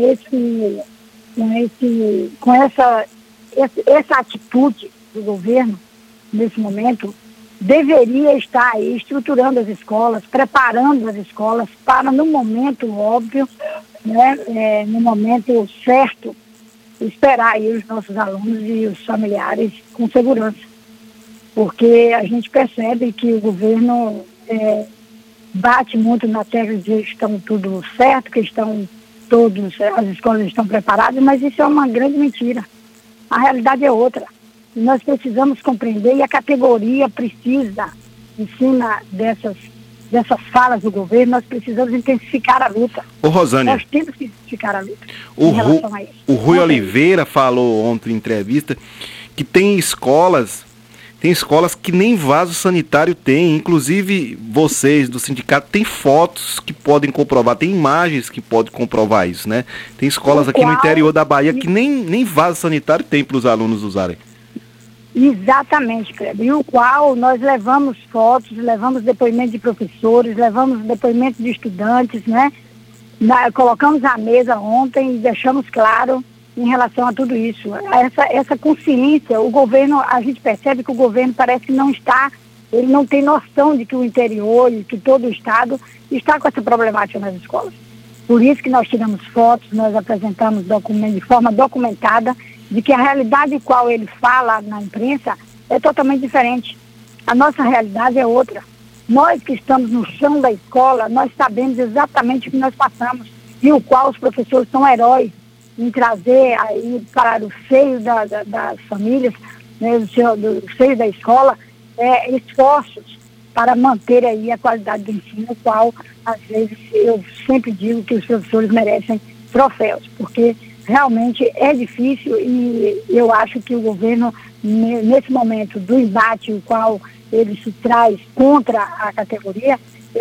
essa atitude do governo, nesse momento, deveria estar aí estruturando as escolas, preparando as escolas para, no momento óbvio, né, no momento certo, esperar aí os nossos alunos e os familiares com segurança. Porque a gente percebe que o governo bate muito na tecla de que estão tudo certo, que estão as escolas estão preparadas, mas isso é uma grande mentira. A realidade é outra. E nós precisamos compreender, e a categoria precisa, em cima dessas falas do governo, nós precisamos intensificar a luta. Ô, Rosânia, nós temos que intensificar a luta em relação a isso. O Rui Oliveira falou ontem em entrevista que tem escolas que nem vaso sanitário tem. Inclusive, vocês do sindicato têm fotos que podem comprovar, tem imagens que podem comprovar isso, né? Tem escolas aqui no interior da Bahia que nem vaso sanitário tem para os alunos usarem. Exatamente, Kleber. E o qual nós levamos fotos, levamos depoimentos de professores, levamos depoimentos de estudantes, né? Colocamos à mesa ontem e deixamos claro em relação a tudo isso. Essa consciência, o governo, a gente percebe que o governo parece que ele não tem noção de que o interior e que todo o estado está com essa problemática nas escolas. Por isso que nós tiramos fotos, nós apresentamos documentos de forma documentada, de que a realidade qual ele fala na imprensa é totalmente diferente. A nossa realidade é outra. Nós que estamos no chão da escola, nós sabemos exatamente o que nós passamos e o qual os professores são heróis em trazer aí para o seio das famílias, né, do seio da escola, esforços para manter aí a qualidade do ensino, o qual, às vezes, eu sempre digo que os professores merecem troféus, porque realmente é difícil e eu acho que o governo, nesse momento do embate, o qual ele se traz contra a categoria,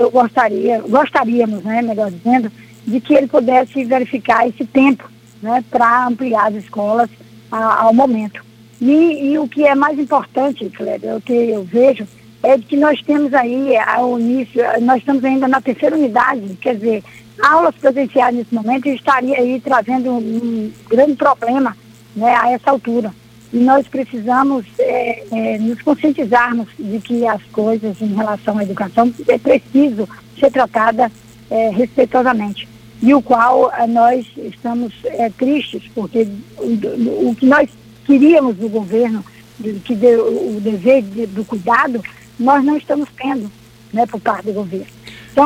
gostaríamos, né, melhor dizendo, de que ele pudesse verificar esse tempo, né, para ampliar as escolas ao momento. E o que é mais importante, Kleber, o que eu vejo, é que nós temos aí, ao início, nós estamos ainda na terceira unidade, quer dizer, aulas presenciais nesse momento estaria aí trazendo um grande problema, né, a essa altura. E nós precisamos nos conscientizarmos de que as coisas em relação à educação é preciso ser tratada respeitosamente. E o qual nós estamos tristes, porque o que nós queríamos do governo, que deu o dever do cuidado, nós não estamos tendo, né, por parte do governo. Então,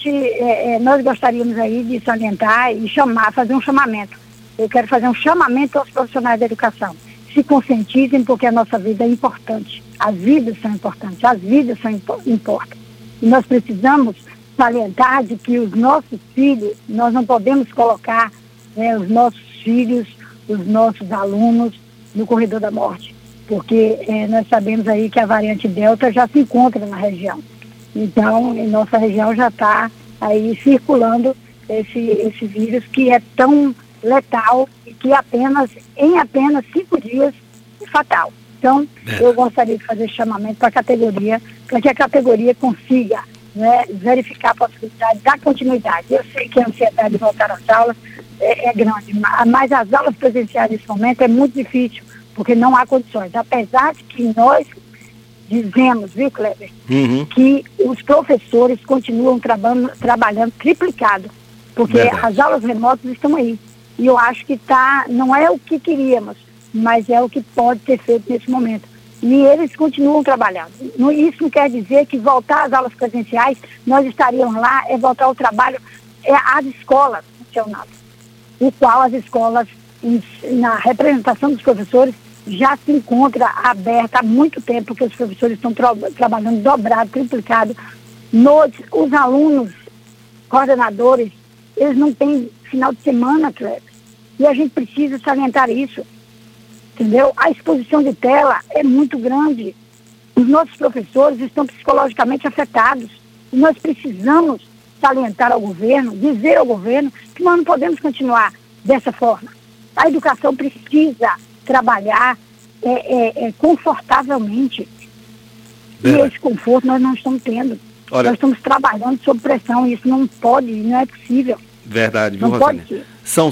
nós gostaríamos aí de salientar e fazer um chamamento. Eu quero fazer um chamamento aos profissionais da educação. Se conscientizem, porque a nossa vida é importante. As vidas são importantes, as vidas importam. E nós precisamos salientar de que os nossos filhos, nós não podemos colocar, né, os nossos filhos, os nossos alunos no corredor da morte, porque nós sabemos aí que a variante Delta já se encontra na região. Então, em nossa região já está aí circulando esse vírus que é tão letal e que em apenas 5 dias é fatal. Então, eu gostaria de fazer chamamento para a categoria, para que a categoria consiga, né, verificar a possibilidade da continuidade. Eu sei que a ansiedade de voltar às aulas é grande, mas as aulas presenciais nesse momento é muito difícil, porque não há condições. Apesar de que nós dizemos, viu, Kleber, que os professores continuam trabalhando triplicado, porque as aulas remotas estão aí. E eu acho que não é o que queríamos, mas é o que pode ser feito nesse momento. E eles continuam trabalhando. Isso não quer dizer que voltar às aulas presenciais, nós estaríamos lá, voltar ao trabalho, às escolas funcionadas, o qual as escolas, na representação dos professores, já se encontra aberta há muito tempo, porque os professores estão trabalhando dobrado, triplicado. Os alunos, coordenadores, eles não têm final de semana, Kleber. E a gente precisa salientar isso. Entendeu? A exposição de tela é muito grande. Os nossos professores estão psicologicamente afetados. E nós precisamos salientar ao governo, dizer ao governo que nós não podemos continuar dessa forma. A educação precisa trabalhar confortavelmente. E esse conforto nós não estamos tendo. Olha, nós estamos trabalhando sob pressão e isso não é possível. Verdade, viu, não Rosânia? Pode ser. São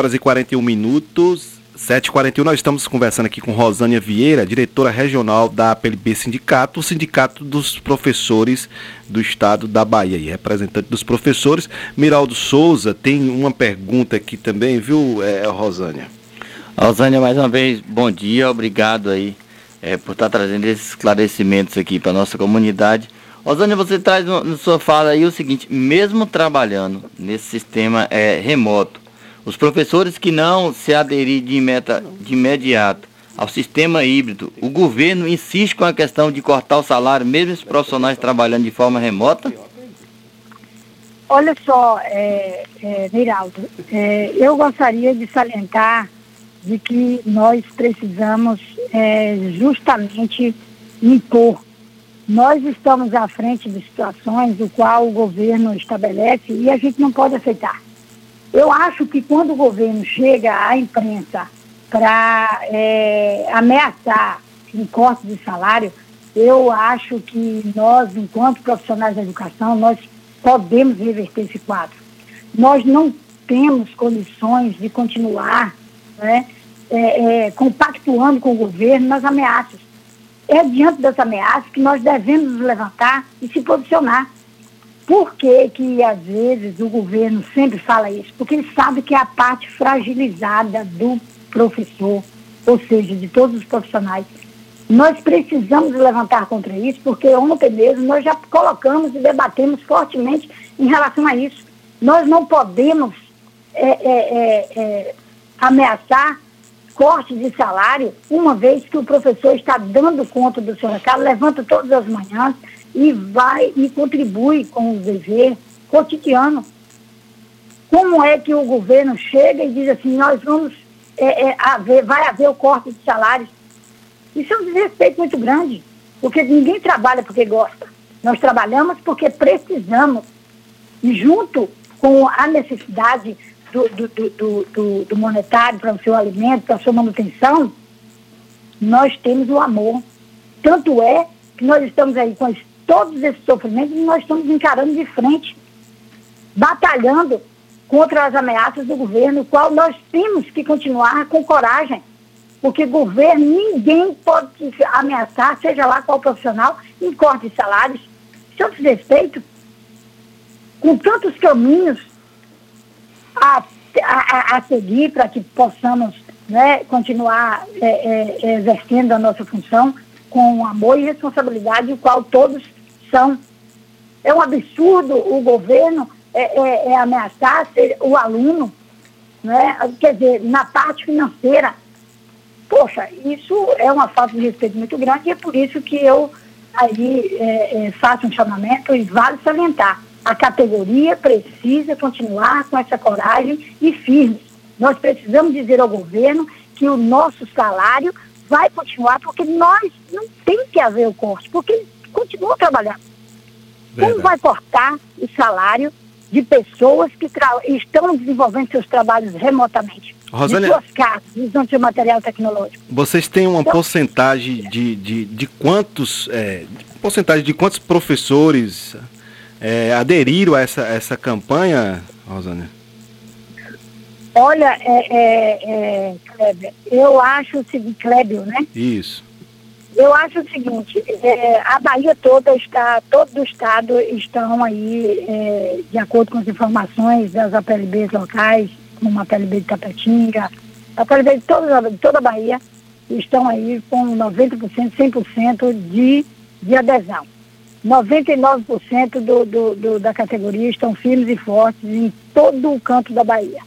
7h41. 7h41, nós estamos conversando aqui com Rosânia Vieira, diretora regional da APLB Sindicato, o Sindicato dos Professores do Estado da Bahia, e representante dos professores. Miraldo Souza tem uma pergunta aqui também, viu, Rosânia? Rosânia, mais uma vez, bom dia, obrigado aí por estar trazendo esses esclarecimentos aqui para a nossa comunidade. Rosânia, você traz na sua fala aí o seguinte: mesmo trabalhando nesse sistema remoto, Os professores que não se aderir de imediato ao sistema híbrido, o governo insiste com a questão de cortar o salário, mesmo os profissionais trabalhando de forma remota? Olha só, Neiraldo, eu gostaria de salientar de que nós precisamos justamente impor. Nós estamos à frente de situações do qual o governo estabelece e a gente não pode aceitar. Eu acho que quando o governo chega à imprensa para ameaçar um corte de salário, eu acho que nós, enquanto profissionais da educação, nós podemos reverter esse quadro. Nós não temos condições de continuar, né, compactuando com o governo nas ameaças. É diante das ameaças que nós devemos nos levantar e se posicionar. Por que às vezes, o governo sempre fala isso? Porque ele sabe que é a parte fragilizada do professor, ou seja, de todos os profissionais. Nós precisamos levantar contra isso, porque ontem mesmo nós já colocamos e debatemos fortemente em relação a isso. Nós não podemos ameaçar corte de salário, uma vez que o professor está dando conta do seu recado, levanta todas as manhãs e vai e contribui com o dever cotidiano. Como é que o governo chega e diz assim, nós vamos vai haver o corte de salários? Isso é um desrespeito muito grande, porque ninguém trabalha porque gosta. Nós trabalhamos porque precisamos. E junto com a necessidade do monetário para o seu alimento, para a sua manutenção, nós temos o amor. Tanto é que nós estamos aí com todos esses sofrimentos e nós estamos encarando de frente, batalhando contra as ameaças do governo, o qual nós temos que continuar com coragem. Porque governo, ninguém pode ameaçar, seja lá qual profissional, em corte de salários. Isso é um desrespeito. Com tantos caminhos a seguir para que possamos, né, continuar exercendo a nossa função com amor e responsabilidade, o qual todos são. É um absurdo o governo ameaçar o aluno, né, quer dizer, na parte financeira. Poxa, isso é uma falta de respeito muito grande e é por isso que eu aí faço um chamamento e vale salientar. A categoria precisa continuar com essa coragem e firme. Nós precisamos dizer ao governo que o nosso salário vai continuar, porque nós não tem que haver o corte, porque eles continuam trabalhando. Verdade. Como vai cortar o salário de pessoas que estão desenvolvendo seus trabalhos remotamente? Rosânia, de suas casas, usando seu material tecnológico. Vocês têm uma porcentagem de quantos professores aderiram a essa campanha, Rosânia? Olha, Kleber, eu acho o seguinte, Kleber, né? Isso. Eu acho o seguinte, a Bahia toda todo o estado estão aí, de acordo com as informações das APLBs locais, como a APLB de Itapetinga, a APLB de toda a Bahia, estão aí com 90%, 100% de adesão. 99% da categoria estão firmes e fortes em todo o canto da Bahia.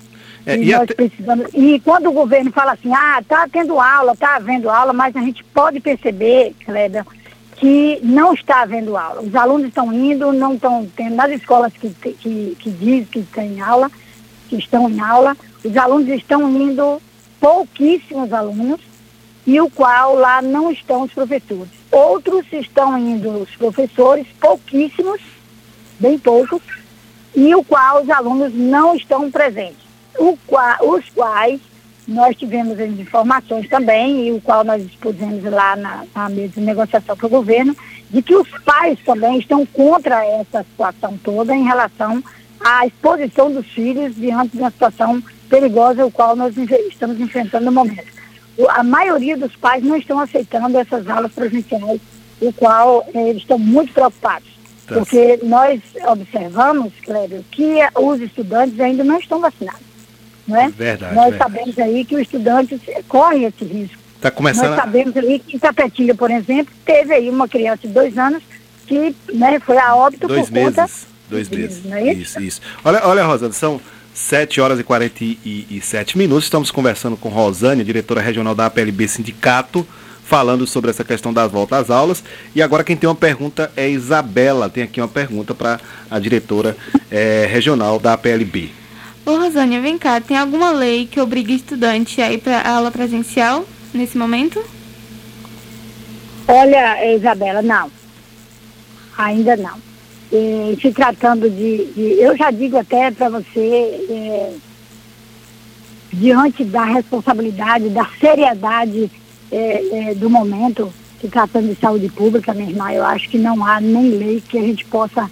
E quando o governo fala assim, está tendo aula, está havendo aula, mas a gente pode perceber, Kleber, que não está havendo aula. Os alunos estão indo, não estão tendo, nas escolas que dizem que tem aula, que estão em aula, os alunos estão indo, pouquíssimos alunos, e o qual lá não estão os professores. Outros estão indo os professores, pouquíssimos, bem poucos, e o qual os alunos não estão presentes. Os quais nós tivemos as informações também, e o qual nós expusemos lá na mesa de negociação para o governo, de que os pais também estão contra essa situação toda em relação à exposição dos filhos diante de uma situação perigosa, o qual nós estamos enfrentando no momento. A maioria dos pais não estão aceitando essas aulas presenciais, o qual eles estão muito preocupados. Tá. Porque nós observamos, Cléber, que os estudantes ainda não estão vacinados. Não é? Verdade. Nós sabemos aí que os estudantes correm esse risco. Tá começando. Nós sabemos aí que Itapetinga, por exemplo, teve aí uma criança de 2 anos que, né, foi a óbito 2 por conta... meses. 2 meses. Não é isso? Isso. Olha, Rosana, 7 horas e 47 minutos. Estamos conversando com Rosânia, diretora regional da APLB Sindicato, falando sobre essa questão das voltas às aulas. E agora quem tem uma pergunta é Isabela. Tem aqui uma pergunta para a diretora regional da APLB. Ô Rosânia, vem cá, tem alguma lei que obrigue estudante a ir para aula presencial nesse momento? Olha, Isabela, não. Ainda não. Se tratando eu já digo até para você, diante da responsabilidade, da seriedade do momento, se tratando de saúde pública, minha irmã, eu acho que não há nem lei que a gente possa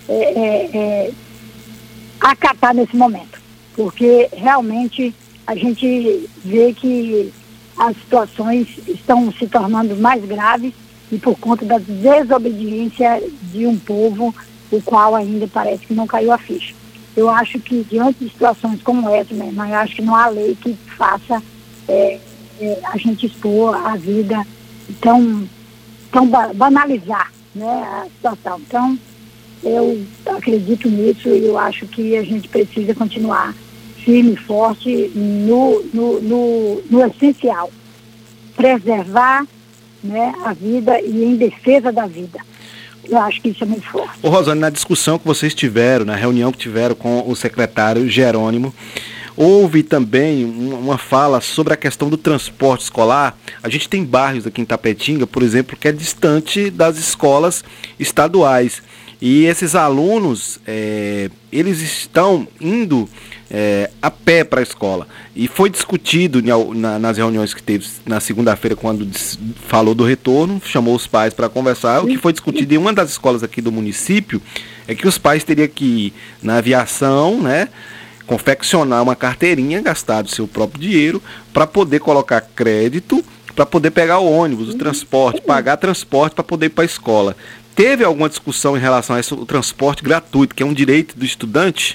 acatar nesse momento, porque realmente a gente vê que as situações estão se tornando mais graves e por conta da desobediência de um povo, o qual ainda parece que não caiu a ficha. Eu acho que diante de situações como essa, minha irmã, eu acho que não há lei que faça a gente expor a vida, tão banalizar, né, a situação. Então, eu acredito nisso e eu acho que a gente precisa continuar firme e forte no essencial. Preservar, né, a vida e em defesa da vida. Eu acho que isso é muito forte. Ô Rosânia, na discussão que vocês tiveram, na reunião que tiveram com o secretário Jerônimo, houve também uma fala sobre a questão do transporte escolar. A gente tem bairros aqui em Itapetinga, por exemplo, que é distante das escolas estaduais. E esses alunos, eles estão indo a pé para a escola. E foi discutido nas reuniões que teve na segunda-feira, quando falou do retorno, chamou os pais para conversar. O que foi discutido em uma das escolas aqui do município é que os pais teriam que ir na aviação, né, confeccionar uma carteirinha, gastar o seu próprio dinheiro, para poder colocar crédito, para poder pegar o ônibus, o transporte, pagar transporte para poder ir para a escola. Teve alguma discussão em relação a isso, o transporte gratuito, que é um direito do estudante?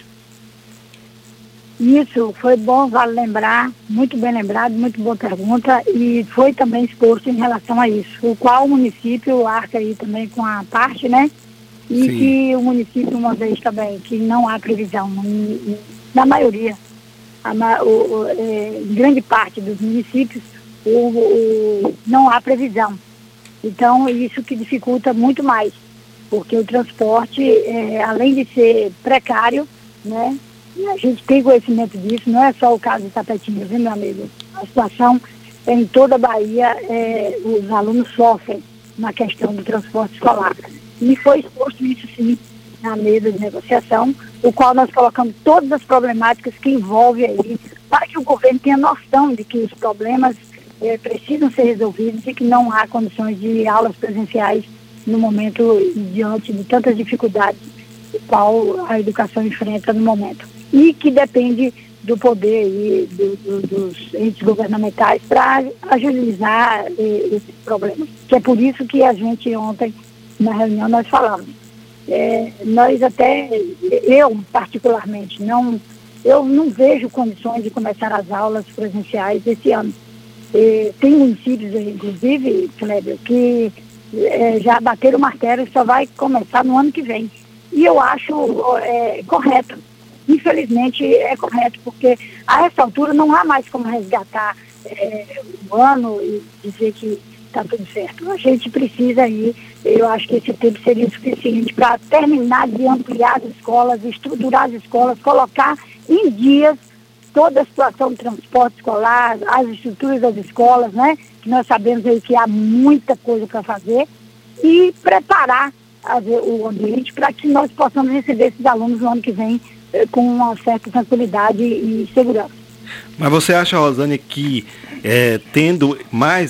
Isso, foi bom, vale lembrar, muito bem lembrado, muito boa pergunta, e foi também exposto em relação a isso, o qual o município arca aí também com a parte, né? E sim, que o município, uma vez também, que não há previsão, na maioria, em grande parte dos municípios, não há previsão. Então, isso que dificulta muito mais, porque o transporte, além de ser precário, né, e a gente tem conhecimento disso, não é só o caso de Itapetinga, viu, meu amigo? A situação em toda a Bahia, os alunos sofrem na questão do transporte escolar. E foi exposto isso, sim, na mesa de negociação, o qual nós colocamos todas as problemáticas que envolvem aí, para que o governo tenha noção de que os problemas precisam ser resolvidos e que não há condições de aulas presenciais no momento, diante de tantas dificuldades que a educação enfrenta no momento. E que depende do poder e dos entes governamentais para agilizar esses problemas. Que é por isso que a gente ontem, na reunião, nós falamos. Nós até, eu particularmente, eu não vejo condições de começar as aulas presenciais esse ano. Tem municípios, inclusive, Kleber, que já bateram o martelo e só vai começar no ano que vem. E eu acho correto. Infelizmente é correto, porque a essa altura não há mais como resgatar o ano e dizer que está tudo certo. A gente precisa ir, eu acho que esse tempo seria suficiente para terminar de ampliar as escolas, estruturar as escolas, colocar em dias toda a situação do transporte escolar, as estruturas das escolas, né? Que nós sabemos aí que há muita coisa para fazer, e preparar o ambiente para que nós possamos receber esses alunos no ano que vem com uma certa tranquilidade e segurança. Mas você acha, Rosânia, que tendo mais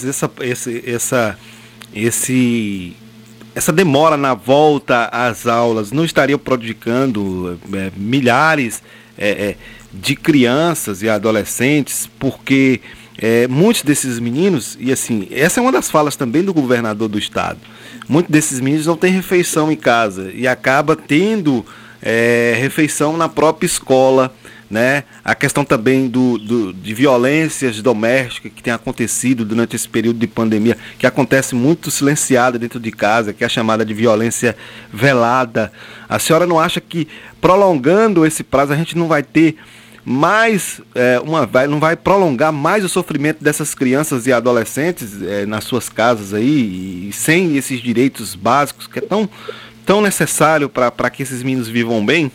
essa demora na volta às aulas não estaria prejudicando milhares de crianças e adolescentes, porque muitos desses meninos, e assim, essa é uma das falas também do governador do estado, muitos desses meninos não têm refeição em casa e acaba tendo refeição na própria escola, né? A questão também de violências domésticas que tem acontecido durante esse período de pandemia, que acontece muito silenciada dentro de casa, que é a chamada de violência velada. A senhora não acha que, prolongando esse prazo, a gente não vai ter mais não vai prolongar mais o sofrimento dessas crianças e adolescentes nas suas casas aí, e sem esses direitos básicos que é tão necessário para que esses meninos vivam bem?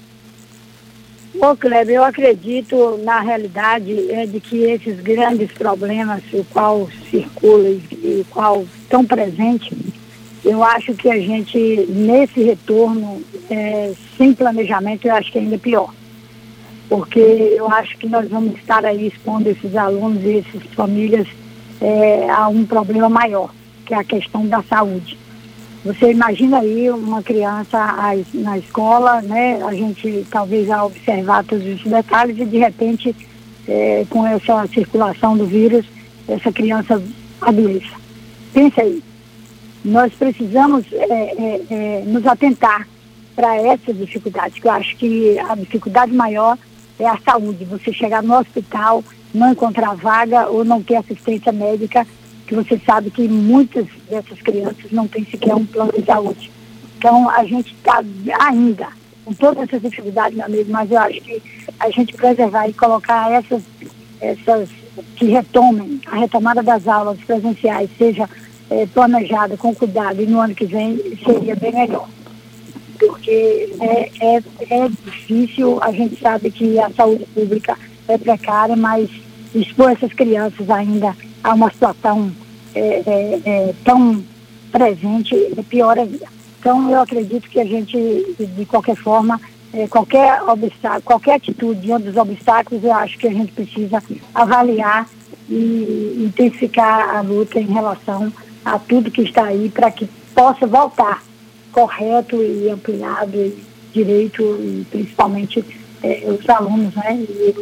Ô Kleber, eu acredito na realidade de que esses grandes problemas o qual circulam e o qual estão presentes, eu acho que a gente, nesse retorno, sem planejamento, eu acho que é ainda pior. Porque eu acho que nós vamos estar aí expondo esses alunos e essas famílias a um problema maior, que é a questão da saúde. Você imagina aí uma criança na escola, né? A gente talvez a observar todos os detalhes e de repente, com essa circulação do vírus, essa criança adoeça. Pensa aí. Nós precisamos nos atentar para essa dificuldade, que eu acho que a dificuldade maior é a saúde. Você chegar no hospital, não encontrar vaga ou não ter assistência médica, que você sabe que muitas dessas crianças não têm sequer um plano de saúde. Então, a gente está ainda com todas essas dificuldades, meu amigo, mas eu acho que a gente preservar e colocar essas que retomem, a retomada das aulas presenciais, seja planejada com cuidado e no ano que vem, seria bem melhor. Porque é difícil, a gente sabe que a saúde pública é precária, mas expor essas crianças ainda a uma situação tão presente é pior ainda. Então eu acredito que a gente, de qualquer forma, qualquer obstáculo, qualquer atitude diante dos obstáculos, eu acho que a gente precisa avaliar e intensificar a luta em relação a tudo que está aí para que possa voltar correto e ampliado e direito, e principalmente os alunos, né, e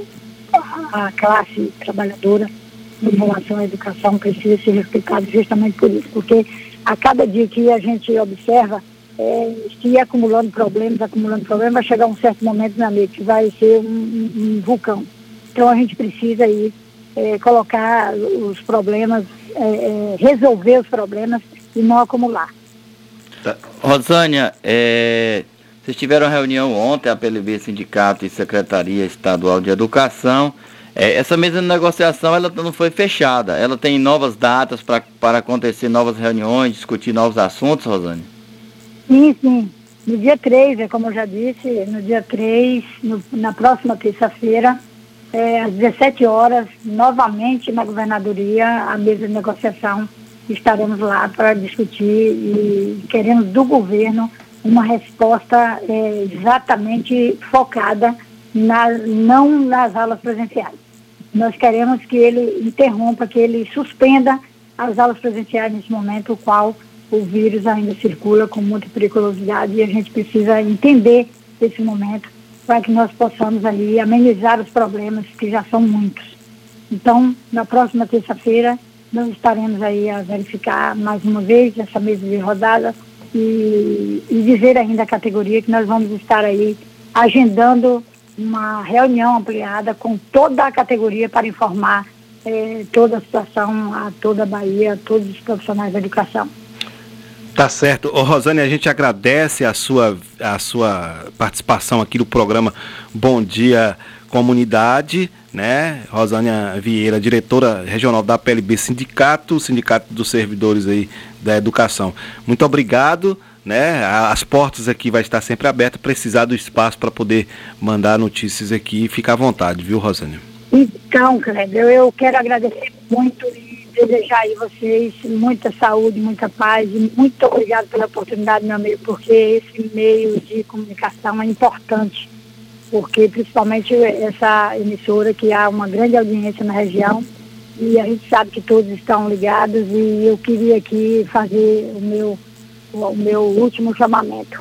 a classe trabalhadora em relação à educação precisa ser respeitada justamente por isso, porque a cada dia que a gente observa, se ir acumulando problemas, vai chegar um certo momento, meu amigo, que vai ser um vulcão. Então a gente precisa aí colocar os problemas, resolver os problemas e não acumular. Tá. Rosânia, vocês tiveram reunião ontem, a PLB, Sindicato e Secretaria Estadual de Educação. Essa mesa de negociação ela não foi fechada, ela tem novas datas para acontecer novas reuniões, discutir novos assuntos, Rosânia? Sim. No dia 3, como eu já disse, no dia 3, na próxima terça-feira, às 17 horas, novamente na governadoria, a mesa de negociação, estaremos lá para discutir e queremos do governo uma resposta exatamente focada não nas aulas presenciais. Nós queremos que ele interrompa, que ele suspenda as aulas presenciais nesse momento, o qual o vírus ainda circula com muita periculosidade e a gente precisa entender esse momento para que nós possamos ali amenizar os problemas que já são muitos. Então, na próxima terça-feira, nós estaremos aí a verificar mais uma vez essa mesa de rodada e dizer ainda à categoria que nós vamos estar aí agendando uma reunião ampliada com toda a categoria para informar toda a situação a toda a Bahia, a todos os profissionais da educação. Tá certo. Rosânia, a gente agradece a sua participação aqui no programa Bom Dia Comunidade, né? Rosânia Vieira, diretora regional da PLB Sindicato dos Servidores aí da Educação. Muito obrigado, né? As portas aqui vai estar sempre abertas, precisar do espaço para poder mandar notícias aqui, fica à vontade, viu, Rosânia? Então, Kleber, eu quero agradecer muito e desejar aí vocês muita saúde, muita paz e muito obrigado pela oportunidade, meu amigo, porque esse meio de comunicação é importante, porque principalmente essa emissora que há uma grande audiência na região e a gente sabe que todos estão ligados e eu queria aqui fazer o meu último chamamento.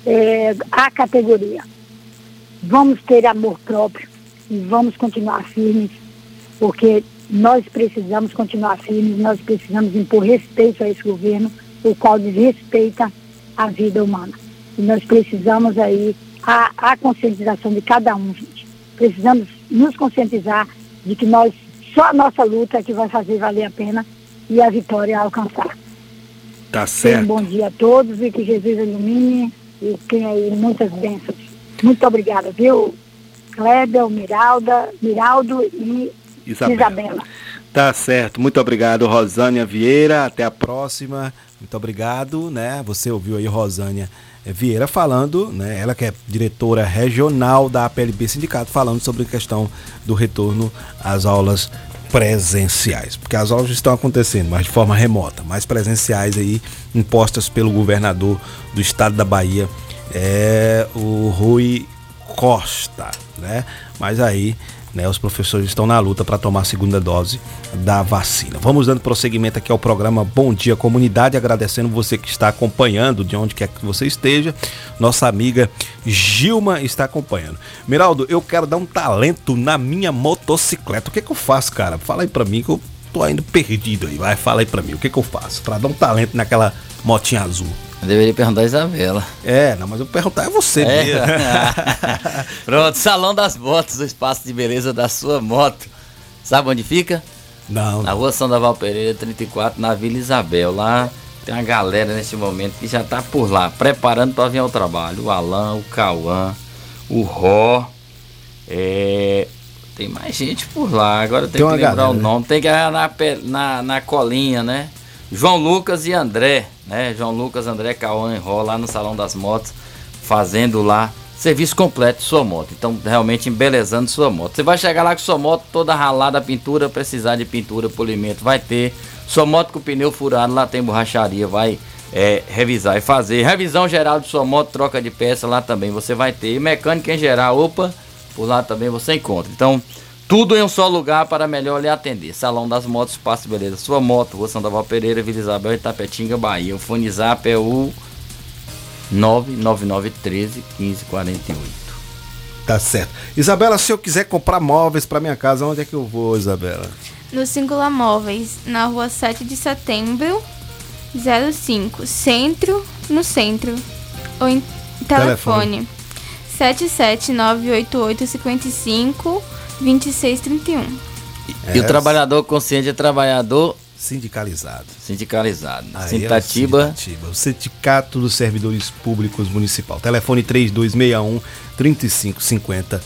A categoria, vamos ter amor próprio e vamos continuar firmes, porque nós precisamos continuar firmes, nós precisamos impor respeito a esse governo, o qual desrespeita a vida humana. E nós precisamos aí a conscientização de cada um, gente. Precisamos nos conscientizar de que só a nossa luta é que vai fazer valer a pena e a vitória alcançar. Tá certo. Um bom dia a todos e que Jesus ilumine e tenha aí muitas bênçãos. Muito obrigada, viu, Kleber, Miraldo e Isabela. Tá certo, muito obrigado, Rosânia Vieira, até a próxima. Muito obrigado, né? Você ouviu aí Rosânia Vieira falando, né? Ela que é diretora regional da APLB Sindicato, falando sobre a questão do retorno às aulas presenciais, porque as aulas estão acontecendo, mas de forma remota, mas presenciais aí, impostas pelo governador do estado da Bahia, o Rui Costa, né? Mas aí, né, os professores estão na luta para tomar a segunda dose da vacina. Vamos dando prosseguimento aqui ao programa Bom Dia Comunidade, agradecendo você que está acompanhando, de onde quer que você esteja. Nossa amiga Gilma está acompanhando. Miraldo, eu quero dar um talento na minha motocicleta. O que eu faço, cara? Fala aí pra mim que eu tô ainda perdido aí. Vai, fala aí pra mim, o que eu faço para dar um talento naquela motinha azul? Eu deveria perguntar a Isabela. Não, mas eu perguntar é você mesmo. Pronto, Salão das Motos, o espaço de beleza da sua moto. Sabe onde fica? Não. Na rua Sandoval Pereira, 34, na Vila Isabel. Lá tem uma galera nesse momento que já tá por lá, preparando para vir ao trabalho. O Alan, o Cauã, o Ró. Tem mais gente por lá. Agora tem que lembrar galera, o nome. Tem que ir na colinha, né? João Lucas e André, né? João Lucas, André, Cauã e Ró, lá no Salão das Motos, fazendo lá serviço completo de sua moto. Então, realmente embelezando sua moto. Você vai chegar lá com sua moto toda ralada, a pintura, precisar de pintura, polimento, vai ter. Sua moto com pneu furado, lá tem borracharia, vai revisar e fazer. Revisão geral de sua moto, troca de peça, lá também você vai ter. E mecânica em geral, por lá também você encontra. Então, tudo em um só lugar para melhor lhe atender. Salão das Motos, Espaço Beleza Sua Moto, Rua Sandoval Pereira, Vila Isabel, Itapetinga, Bahia. O fone zap é o 99913-1548. Tá certo. Isabela, se eu quiser comprar móveis para minha casa, onde é que eu vou, Isabela? No Singular Móveis, na rua 7 de setembro, 05, no centro. Ou em telefone 77988552631. E o trabalhador consciente é trabalhador sindicalizado. Sintatiba. O Sindicato dos Servidores Públicos Municipal. Telefone 3261-3552.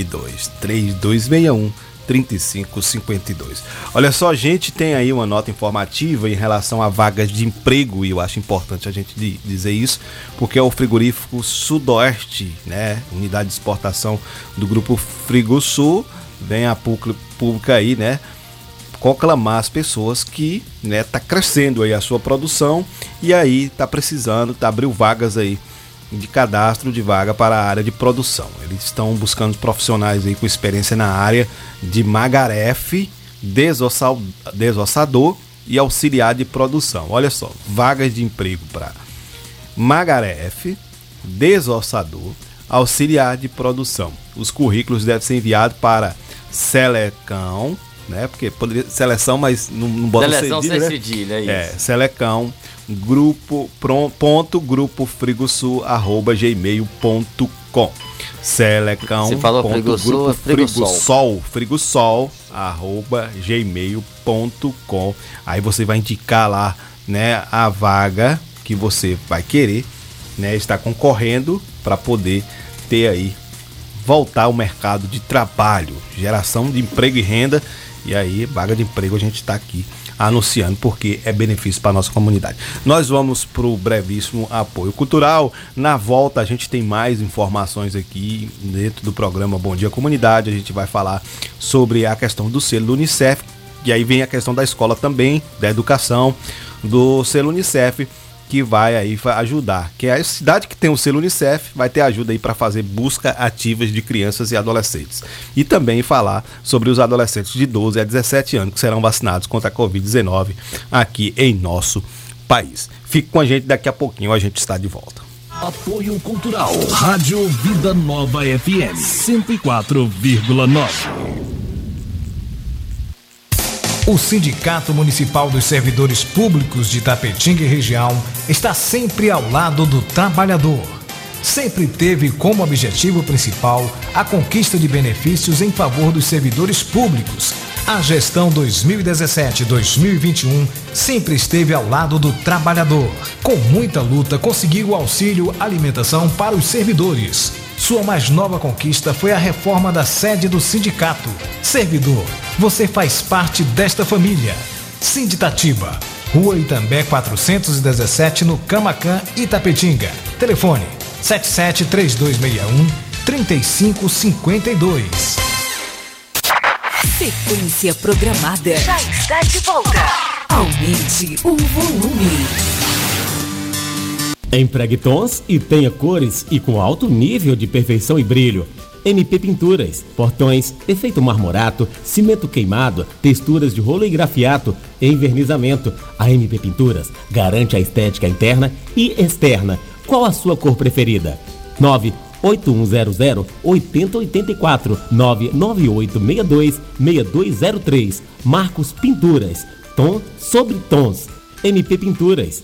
3261-3552. Olha só, a gente tem aí uma nota informativa em relação a vagas de emprego, e eu acho importante a gente dizer isso, porque é o frigorífico Sudoeste, né? Unidade de exportação do grupo Frigosul, vem a pública aí, né? Conclamar as pessoas que, né, tá crescendo aí a sua produção e aí tá precisando, abriu vagas aí de cadastro de vaga para a área de produção. Eles estão buscando profissionais aí com experiência na área de magarefe, desossador e auxiliar de produção. Olha só, vagas de emprego para magarefe, desossador, auxiliar de produção. Os currículos devem ser enviados para Selecão, né? Porque poderia seleção, mas não bota seleção cedilha, sem cedilha, é isso. Selecão, grupo.frigosul@gmail.com. Selecão. Você falou Frigosul, Frigosul@gmail.com. Aí você vai indicar lá, né, a vaga que você vai querer, né, está concorrendo para poder ter aí voltar ao mercado de trabalho, geração de emprego e renda. E aí, vaga de emprego, a gente está aqui anunciando porque é benefício para a nossa comunidade. Nós vamos para o brevíssimo apoio cultural. Na volta a gente tem mais informações aqui dentro do programa Bom Dia Comunidade. A gente vai falar sobre a questão do selo do Unicef, e aí vem a questão da escola também, da educação, do selo Unicef, que vai aí ajudar, que é a cidade que tem o selo Unicef, vai ter ajuda aí para fazer busca ativas de crianças e adolescentes. E também falar sobre os adolescentes de 12 a 17 anos que serão vacinados contra a Covid-19 aqui em nosso país. Fique com a gente, daqui a pouquinho a gente está de volta. Apoio Cultural. Rádio Vida Nova FM 104,9. O Sindicato Municipal dos Servidores Públicos de Itapetinga e região está sempre ao lado do trabalhador. Sempre teve como objetivo principal a conquista de benefícios em favor dos servidores públicos. A gestão 2017-2021 sempre esteve ao lado do trabalhador. Com muita luta, conseguiu o auxílio alimentação para os servidores. Sua mais nova conquista foi a reforma da sede do sindicato. Servidor, você faz parte desta família. Sinditatiba, Rua Itambé 417, no Camacan, Itapetinga. Telefone 77-3261-3552. Sequência programada já está de volta. Aumente o volume. Empregue tons e tenha cores e com alto nível de perfeição e brilho. MP Pinturas, portões, efeito marmorato, cimento queimado, texturas de rolo e grafiato, envernizamento. A MP Pinturas garante a estética interna e externa. Qual a sua cor preferida? 98100-8084, 99862-6203. Marcos Pinturas, tom sobre tons. MP Pinturas.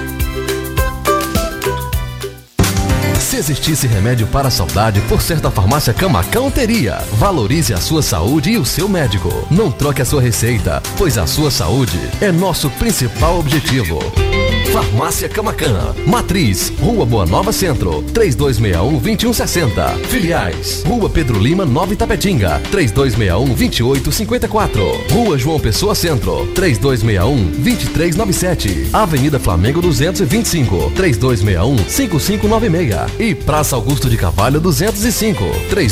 Se existisse remédio para a saudade, por certa farmácia Camacão teria. Valorize a sua saúde e o seu médico. Não troque a sua receita, pois a sua saúde é nosso principal objetivo. Farmácia Camacã, Matriz, Rua Boa Nova Centro, 3261-2160. Filiais, Rua Pedro Lima, Nova Itapetinga, 3261-2854. Rua João Pessoa Centro, 3261-2397. Avenida Flamengo 225, 3261-5596. E Praça Augusto de Carvalho 205,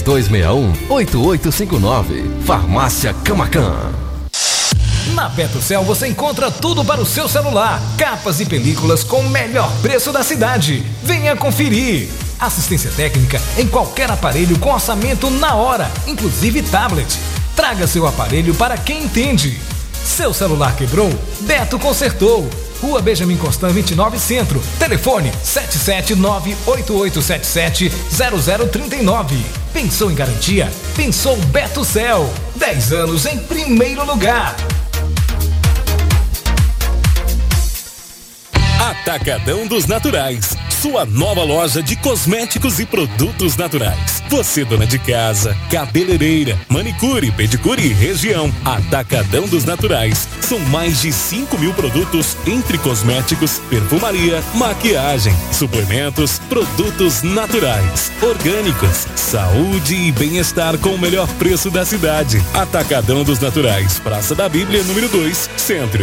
3261-8859. Farmácia Camacã. Na Betucel você encontra tudo para o seu celular. Capas e películas com o melhor preço da cidade. Venha conferir. Assistência técnica em qualquer aparelho com orçamento na hora, inclusive tablet. Traga seu aparelho para quem entende. Seu celular quebrou? Beto consertou. Rua Benjamin Constant 29 Centro. Telefone 779-8877-0039. Pensou em garantia? Pensou Betucel. 10 anos em primeiro lugar. Atacadão dos Naturais, sua nova loja de cosméticos e produtos naturais. Você, dona de casa, cabeleireira, manicure, pedicure e região. Atacadão dos Naturais. São mais de 5.000 produtos entre cosméticos, perfumaria, maquiagem, suplementos, produtos naturais, orgânicos, saúde e bem-estar com o melhor preço da cidade. Atacadão dos Naturais, Praça da Bíblia, número 2, Centro.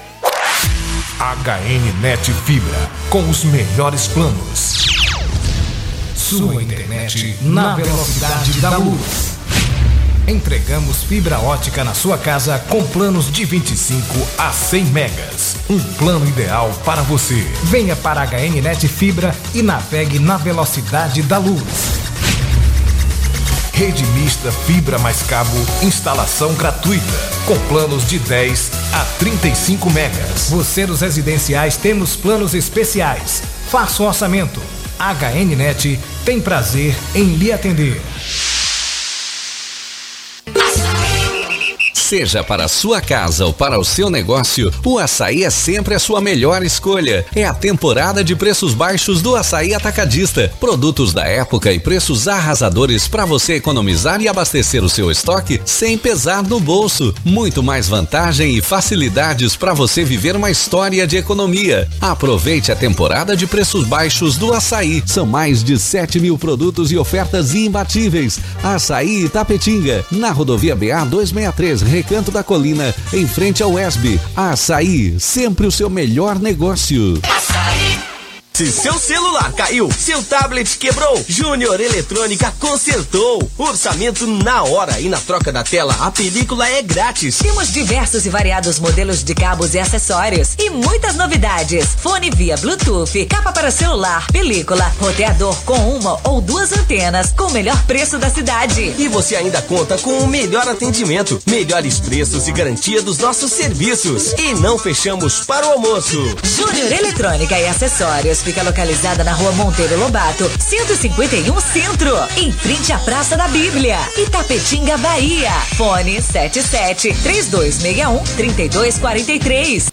HNnet Fibra, com os melhores planos. Sua internet na velocidade da luz. Entregamos fibra ótica na sua casa com planos de 25 a 100 megas. Um plano ideal para você. Venha para a HNnet Fibra e navegue na velocidade da luz. Rede mista, fibra mais cabo, instalação gratuita, com planos de 10 a 35 megas. Você dos residenciais temos planos especiais. Faça um orçamento. HNnet tem prazer em lhe atender. Seja para a sua casa ou para o seu negócio, o açaí é sempre a sua melhor escolha. É a temporada de preços baixos do Açaí Atacadista. Produtos da época e preços arrasadores para você economizar e abastecer o seu estoque sem pesar no bolso. Muito mais vantagem e facilidades para você viver uma história de economia. Aproveite a temporada de preços baixos do Açaí. São mais de 7.000 produtos e ofertas imbatíveis. Açaí Itapetinga, na rodovia BA 263, Recanto da Colina, em frente ao ESB. Açaí, sempre o seu melhor negócio. Açaí. Se seu celular caiu, seu tablet quebrou, Júnior Eletrônica consertou. Orçamento na hora e na troca da tela, a película é grátis. Temos diversos e variados modelos de cabos e acessórios e muitas novidades. Fone via Bluetooth, capa para celular, película, roteador com uma ou duas antenas, com o melhor preço da cidade. E você ainda conta com o melhor atendimento, melhores preços e garantia dos nossos serviços. E não fechamos para o almoço. Júnior Eletrônica e Acessórios fica localizada na Rua Monteiro Lobato, 151 Centro, em frente à Praça da Bíblia, Itapetinga, Bahia. Fone 77-3261-3243.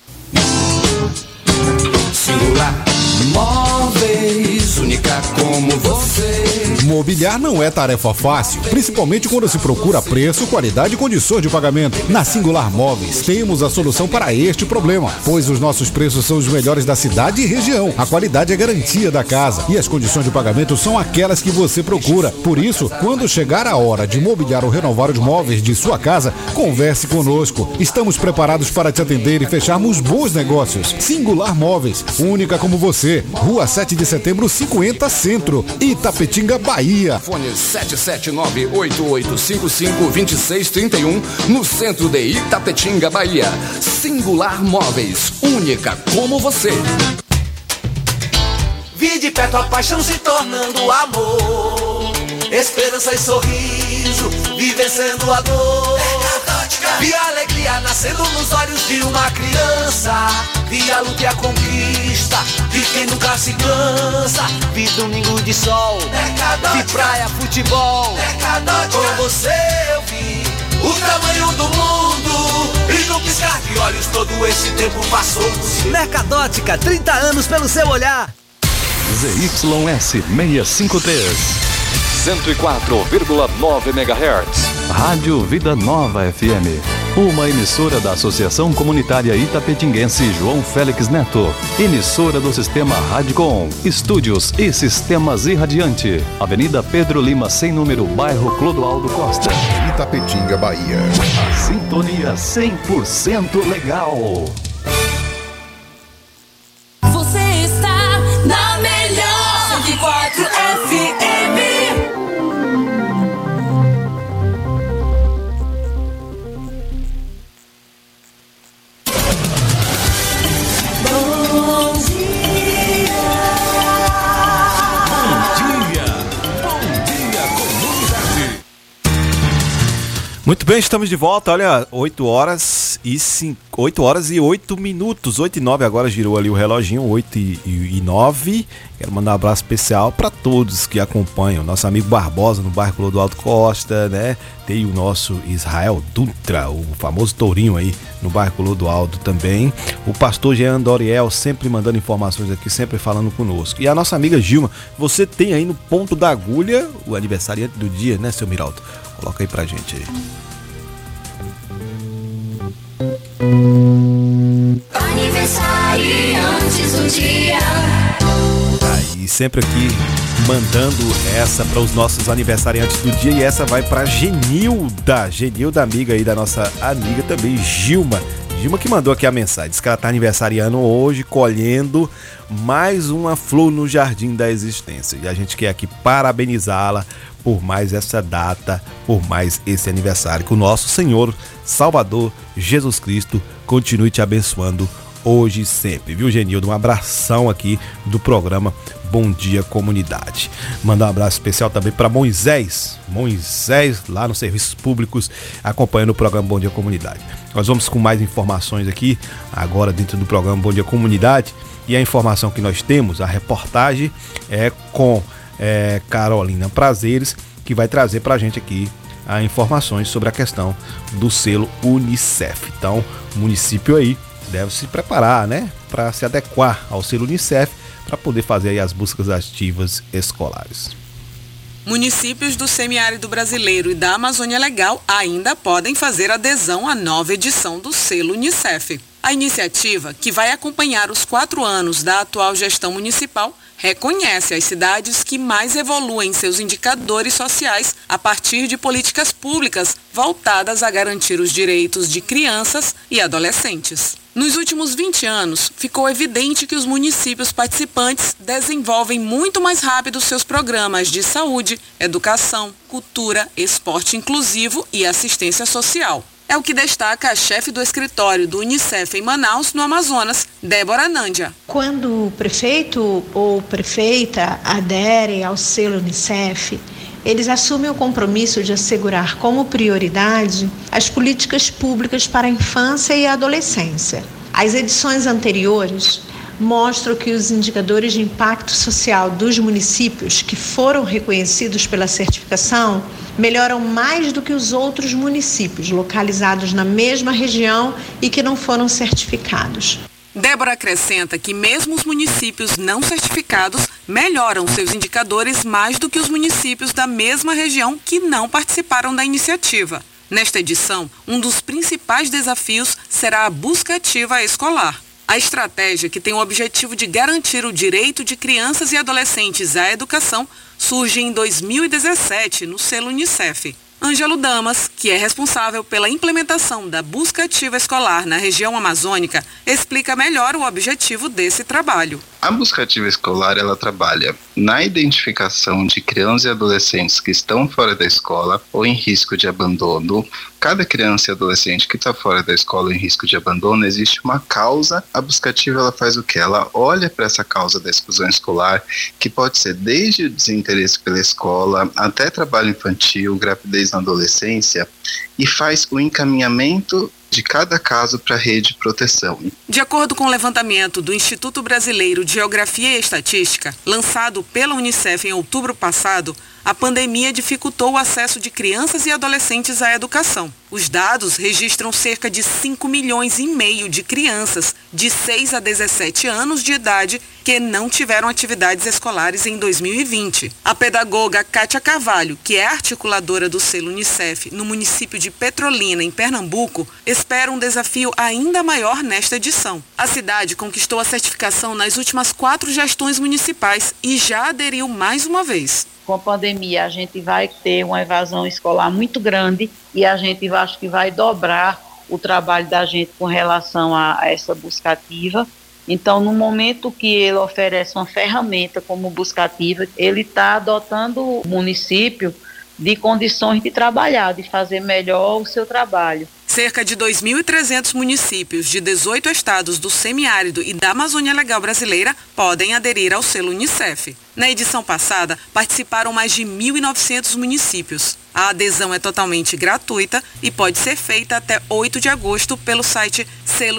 Singular Móveis, única como você. Mobiliar não é tarefa fácil, principalmente quando se procura preço, qualidade e condições de pagamento. Na Singular Móveis, temos a solução para este problema, pois os nossos preços são os melhores da cidade e região. A qualidade é garantia da casa e as condições de pagamento são aquelas que você procura. Por isso, quando chegar a hora de mobiliar ou renovar os móveis de sua casa, converse conosco. Estamos preparados para te atender e fecharmos bons negócios. Singular Móveis, única como você. Rua 7 de Setembro, 50 Centro, Itapetinga, Bahia. Fone 779-8855-2631, no centro de Itapetinga, Bahia. Singular Móveis, única como você. Vi de perto a paixão se tornando amor, esperança e sorriso, vi vencendo a dor. Vi a alegria nascendo nos olhos de uma criança, vi a luta e a conquista de quem nunca se cansa. Vi domingo de sol, vi praia, futebol, com você eu vi o tamanho do mundo, e no piscar de olhos todo esse tempo passou. Mercadótica, 30 anos pelo seu olhar. ZYS 653, 104,9 MHz. Rádio Vida Nova FM, uma emissora da Associação Comunitária Itapetinguense João Félix Neto, emissora do Sistema Radicom, estúdios e sistemas irradiante, Avenida Pedro Lima, sem número, bairro Clodoaldo Costa, Itapetinga, Bahia. A sintonia 100% legal. Você está na melhor 104 FM. Muito bem, estamos de volta, olha, 8 horas e 8 minutos, 8 e 9, agora girou ali o reloginho, 8 e 9, quero mandar um abraço especial para todos que acompanham, nosso amigo Barbosa no bairro Clodoaldo Costa, né, tem o nosso Israel Dutra, o famoso tourinho aí no bairro Clodoaldo também, o pastor Jean Doriel sempre mandando informações aqui, sempre falando conosco, e a nossa amiga Gilma, você tem aí no ponto da agulha o aniversariante do dia, né, seu Miraldo? Coloca aí pra gente aí. Aniversariantes do dia. Aí, sempre aqui mandando essa para os nossos aniversariantes do dia. E essa vai pra Genilda. Genilda, amiga aí da nossa amiga também, Gilma. Gilma que mandou aqui a mensagem. Diz que ela tá aniversariando hoje, colhendo mais uma flor no jardim da existência. E a gente quer aqui parabenizá-la por mais essa data, por mais esse aniversário. Que o nosso Senhor Salvador Jesus Cristo continue te abençoando hoje e sempre, viu, Genildo? Um abração aqui do programa Bom Dia Comunidade. Mandar um abraço especial também para Moisés lá nos serviços públicos, acompanhando o programa Bom Dia Comunidade. Nós vamos com mais informações aqui, agora dentro do programa Bom Dia Comunidade, e a informação que nós temos, a reportagem é com Carolina Prazeres, que vai trazer pra gente aqui as informações sobre a questão do selo Unicef. Então, o município aí deve se preparar, né, para se adequar ao selo Unicef, para poder fazer aí as buscas ativas escolares. Municípios do semiárido brasileiro e da Amazônia Legal ainda podem fazer adesão à nova edição do selo Unicef. A iniciativa, que vai acompanhar os 4 anos da atual gestão municipal, reconhece as cidades que mais evoluem seus indicadores sociais a partir de políticas públicas voltadas a garantir os direitos de crianças e adolescentes. Nos últimos 20 anos, ficou evidente que os municípios participantes desenvolvem muito mais rápido seus programas de saúde, educação, cultura, esporte inclusivo e assistência social. É o que destaca a chefe do escritório do Unicef em Manaus, no Amazonas, Débora Nândia. Quando o prefeito ou prefeita aderem ao selo Unicef, eles assumem o compromisso de assegurar como prioridade as políticas públicas para a infância e a adolescência. As edições anteriores mostram que os indicadores de impacto social dos municípios que foram reconhecidos pela certificação melhoram mais do que os outros municípios localizados na mesma região e que não foram certificados. Débora acrescenta que mesmo os municípios não certificados melhoram seus indicadores mais do que os municípios da mesma região que não participaram da iniciativa. Nesta edição, um dos principais desafios será a busca ativa escolar. A estratégia, que tem o objetivo de garantir o direito de crianças e adolescentes à educação, surge em 2017 no selo Unicef. Ângelo Damas, que é responsável pela implementação da busca ativa escolar na região amazônica, explica melhor o objetivo desse trabalho. A busca ativa escolar, ela trabalha na identificação de crianças e adolescentes que estão fora da escola ou em risco de abandono. Cada criança e adolescente que está fora da escola em risco de abandono, existe uma causa. A busca ativa, ela faz o quê? Ela olha para essa causa da exclusão escolar, que pode ser desde o desinteresse pela escola até trabalho infantil, gravidez na adolescência, e faz o encaminhamento de cada caso para a rede de proteção. De acordo com o levantamento do Instituto Brasileiro de Geografia e Estatística, lançado pela Unicef em outubro passado, a pandemia dificultou o acesso de crianças e adolescentes à educação. Os dados registram cerca de 5,5 milhões de crianças de 6 a 17 anos de idade que não tiveram atividades escolares em 2020. A pedagoga Kátia Carvalho, que é articuladora do selo Unicef no município de Petrolina, em Pernambuco, espera um desafio ainda maior nesta edição. A cidade conquistou a certificação nas últimas 4 gestões municipais e já aderiu mais uma vez. Com a pandemia, a gente vai ter uma evasão escolar muito grande e a gente acho que vai dobrar o trabalho da gente com relação a essa busca ativa. Então, no momento que ele oferece uma ferramenta como busca ativa, ele está adotando o município de condições de trabalhar, de fazer melhor o seu trabalho. Cerca de 2.300 municípios de 18 estados do semiárido e da Amazônia Legal brasileira podem aderir ao selo Unicef. Na edição passada, participaram mais de 1.900 municípios. A adesão é totalmente gratuita e pode ser feita até 8 de agosto pelo site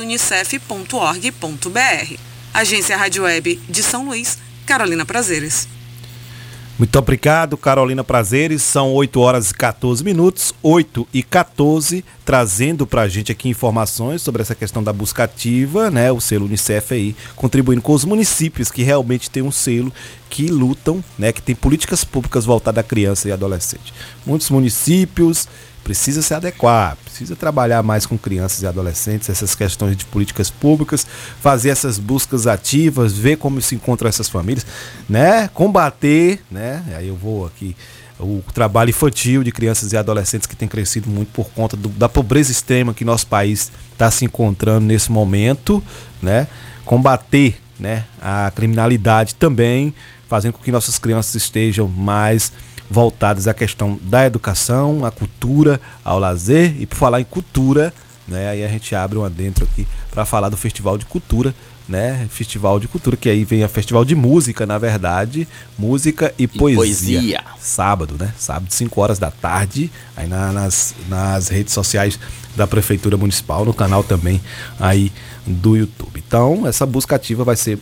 selounicef.org.br. Agência Rádio Web de São Luís, Carolina Prazeres. Muito obrigado, Carolina Prazeres. São 8 horas e 14 minutos, 8 e 14, trazendo pra gente aqui informações sobre essa questão da busca ativa, né? O selo Unicef aí, contribuindo com os municípios que realmente tem um selo, que lutam, né? Que tem políticas públicas voltadas à criança e adolescente. Muitos municípios precisam se adequar, precisa trabalhar mais com crianças e adolescentes, essas questões de políticas públicas, fazer essas buscas ativas, ver como se encontram essas famílias, né? Combater, né? Aí eu vou aqui, o trabalho infantil de crianças e adolescentes que tem crescido muito por conta da pobreza extrema que nosso país está se encontrando nesse momento, né? Combater, né? A criminalidade também, fazendo com que nossas crianças estejam mais voltadas à questão da educação, à cultura, ao lazer. E por falar em cultura, né, aí a gente abre um adentro aqui para falar do Festival de Cultura, né? Festival de Cultura, que aí vem a Festival de Música, na verdade, música e poesia. Sábado, né? Sábado, 5 horas da tarde, aí nas redes sociais da Prefeitura Municipal, no canal também aí do YouTube. Então, essa busca ativa vai ser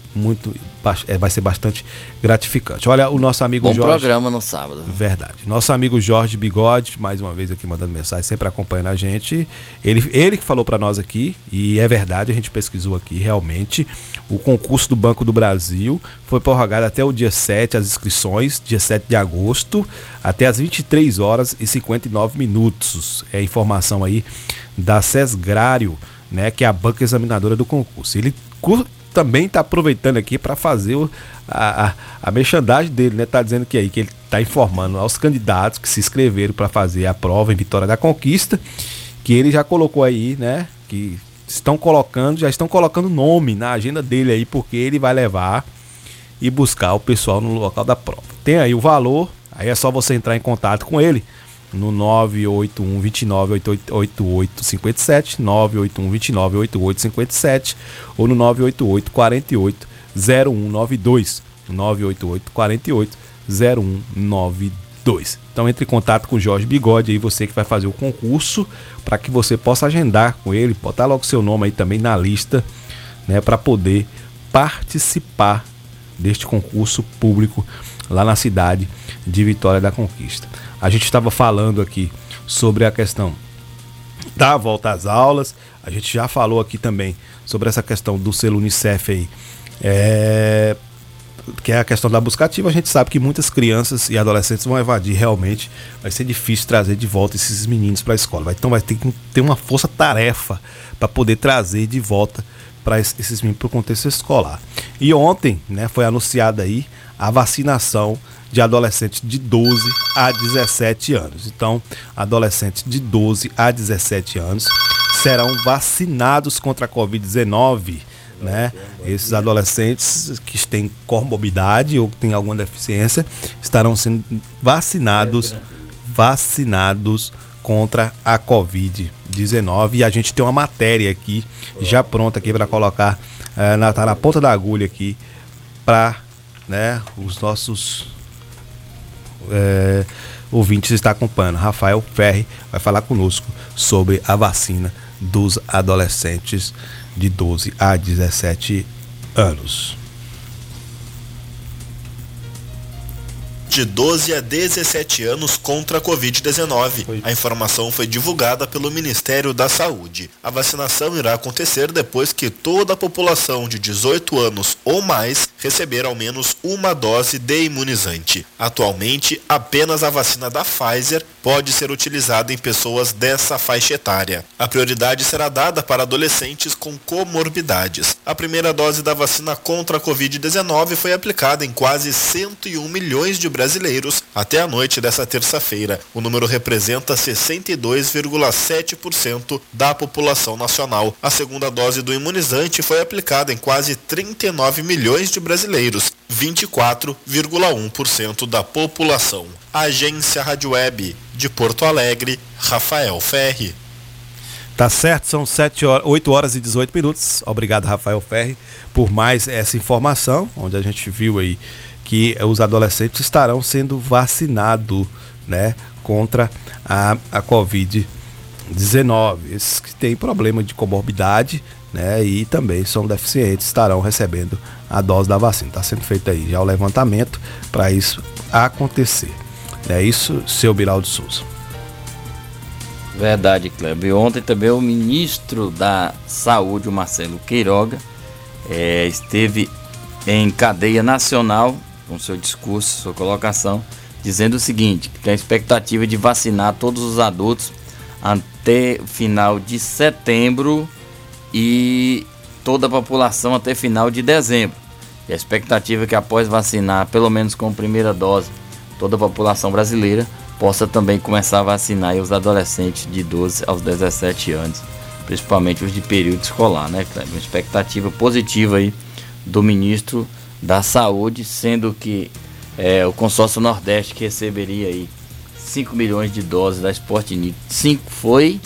bastante gratificante. Olha, o nosso amigo Jorge... Bom programa no sábado. Verdade. Nosso amigo Jorge Bigode, mais uma vez aqui mandando mensagem, sempre acompanhando a gente. Ele que falou para nós aqui, e é verdade, a gente pesquisou aqui, realmente, o concurso do Banco do Brasil foi prorrogado até o dia 7, as inscrições, dia 7 de agosto, até as 23 horas e 59 minutos. É a informação aí da Sesgrário, né, que é a banca examinadora do concurso. Ele também está aproveitando aqui para fazer a merchandagem dele, né? Tá dizendo que ele está informando aos candidatos que se inscreveram para fazer a prova em Vitória da Conquista, que ele já colocou aí, né, que já estão colocando nome na agenda dele aí, porque ele vai levar e buscar o pessoal no local da prova. Tem aí o valor, aí é só você entrar em contato com ele no 981 29 8857, 981 29 8857 ou no 988 48 0192, 988 48 0192. Então entre em contato com o Jorge Bigode aí, você que vai fazer o concurso, para que você possa agendar com ele, botar logo seu nome aí também na lista, né, para poder participar deste concurso público lá na cidade de Vitória da Conquista. A gente estava falando aqui sobre a questão dar a volta às aulas. A gente já falou aqui também sobre essa questão do selo Unicef aí, que é a questão da busca ativa. A gente sabe que muitas crianças e adolescentes vão evadir, realmente vai ser difícil trazer de volta esses meninos para a escola. Então vai ter que ter uma força-tarefa para poder trazer de volta para esses meninos para o contexto escolar. E ontem, né, foi anunciada aí a vacinação de adolescentes de 12 a 17 anos. Então, adolescentes de 12 a 17 anos serão vacinados contra a Covid-19, né? Esses adolescentes que têm comorbidade ou que têm alguma deficiência estarão sendo vacinados contra a Covid-19. E a gente tem uma matéria aqui já pronta aqui para colocar, tá na ponta da agulha aqui para, né, os nossos ouvintes estar acompanhando. Rafael Ferri vai falar conosco sobre a vacina dos adolescentes de 12 a 17 anos. De 12 a 17 anos contra a Covid-19. A informação foi divulgada pelo Ministério da Saúde. A vacinação irá acontecer depois que toda a população de 18 anos ou mais receber ao menos uma dose de imunizante. Atualmente, apenas a vacina da Pfizer pode ser utilizada em pessoas dessa faixa etária. A prioridade será dada para adolescentes com comorbidades. A primeira dose da vacina contra a Covid-19 foi aplicada em quase 101 milhões de brasileiros até a noite dessa terça-feira. O número representa 62,7% da população nacional. A segunda dose do imunizante foi aplicada em quase 39 milhões de brasileiros, 24,1% da população. Agência Rádio Web de Porto Alegre, Rafael Ferri. Tá certo, são 8 horas e 18 minutos. Obrigado, Rafael Ferri, por mais essa informação, onde a gente viu aí que os adolescentes estarão sendo vacinados, né, contra a Covid-19. Esses que têm problema de comorbidade, né, e também são deficientes estarão recebendo a dose da vacina. Está sendo feito aí já o levantamento para isso acontecer. É isso, seu Biraldo Souza. Verdade, Kleber. E ontem também o ministro da Saúde, o Marcelo Queiroga, esteve em cadeia nacional com seu discurso, sua colocação, dizendo o seguinte, que tem a expectativa de vacinar todos os adultos até o final de setembro e toda a população até final de dezembro. E a expectativa é que após vacinar, pelo menos com a primeira dose, toda a população brasileira possa também começar a vacinar aí os adolescentes de 12 aos 17 anos, principalmente os de período escolar, né, Kleber? Uma expectativa positiva aí do ministro da Saúde, sendo que o consórcio Nordeste que receberia aí 5 milhões de doses da Sputnik 5 foi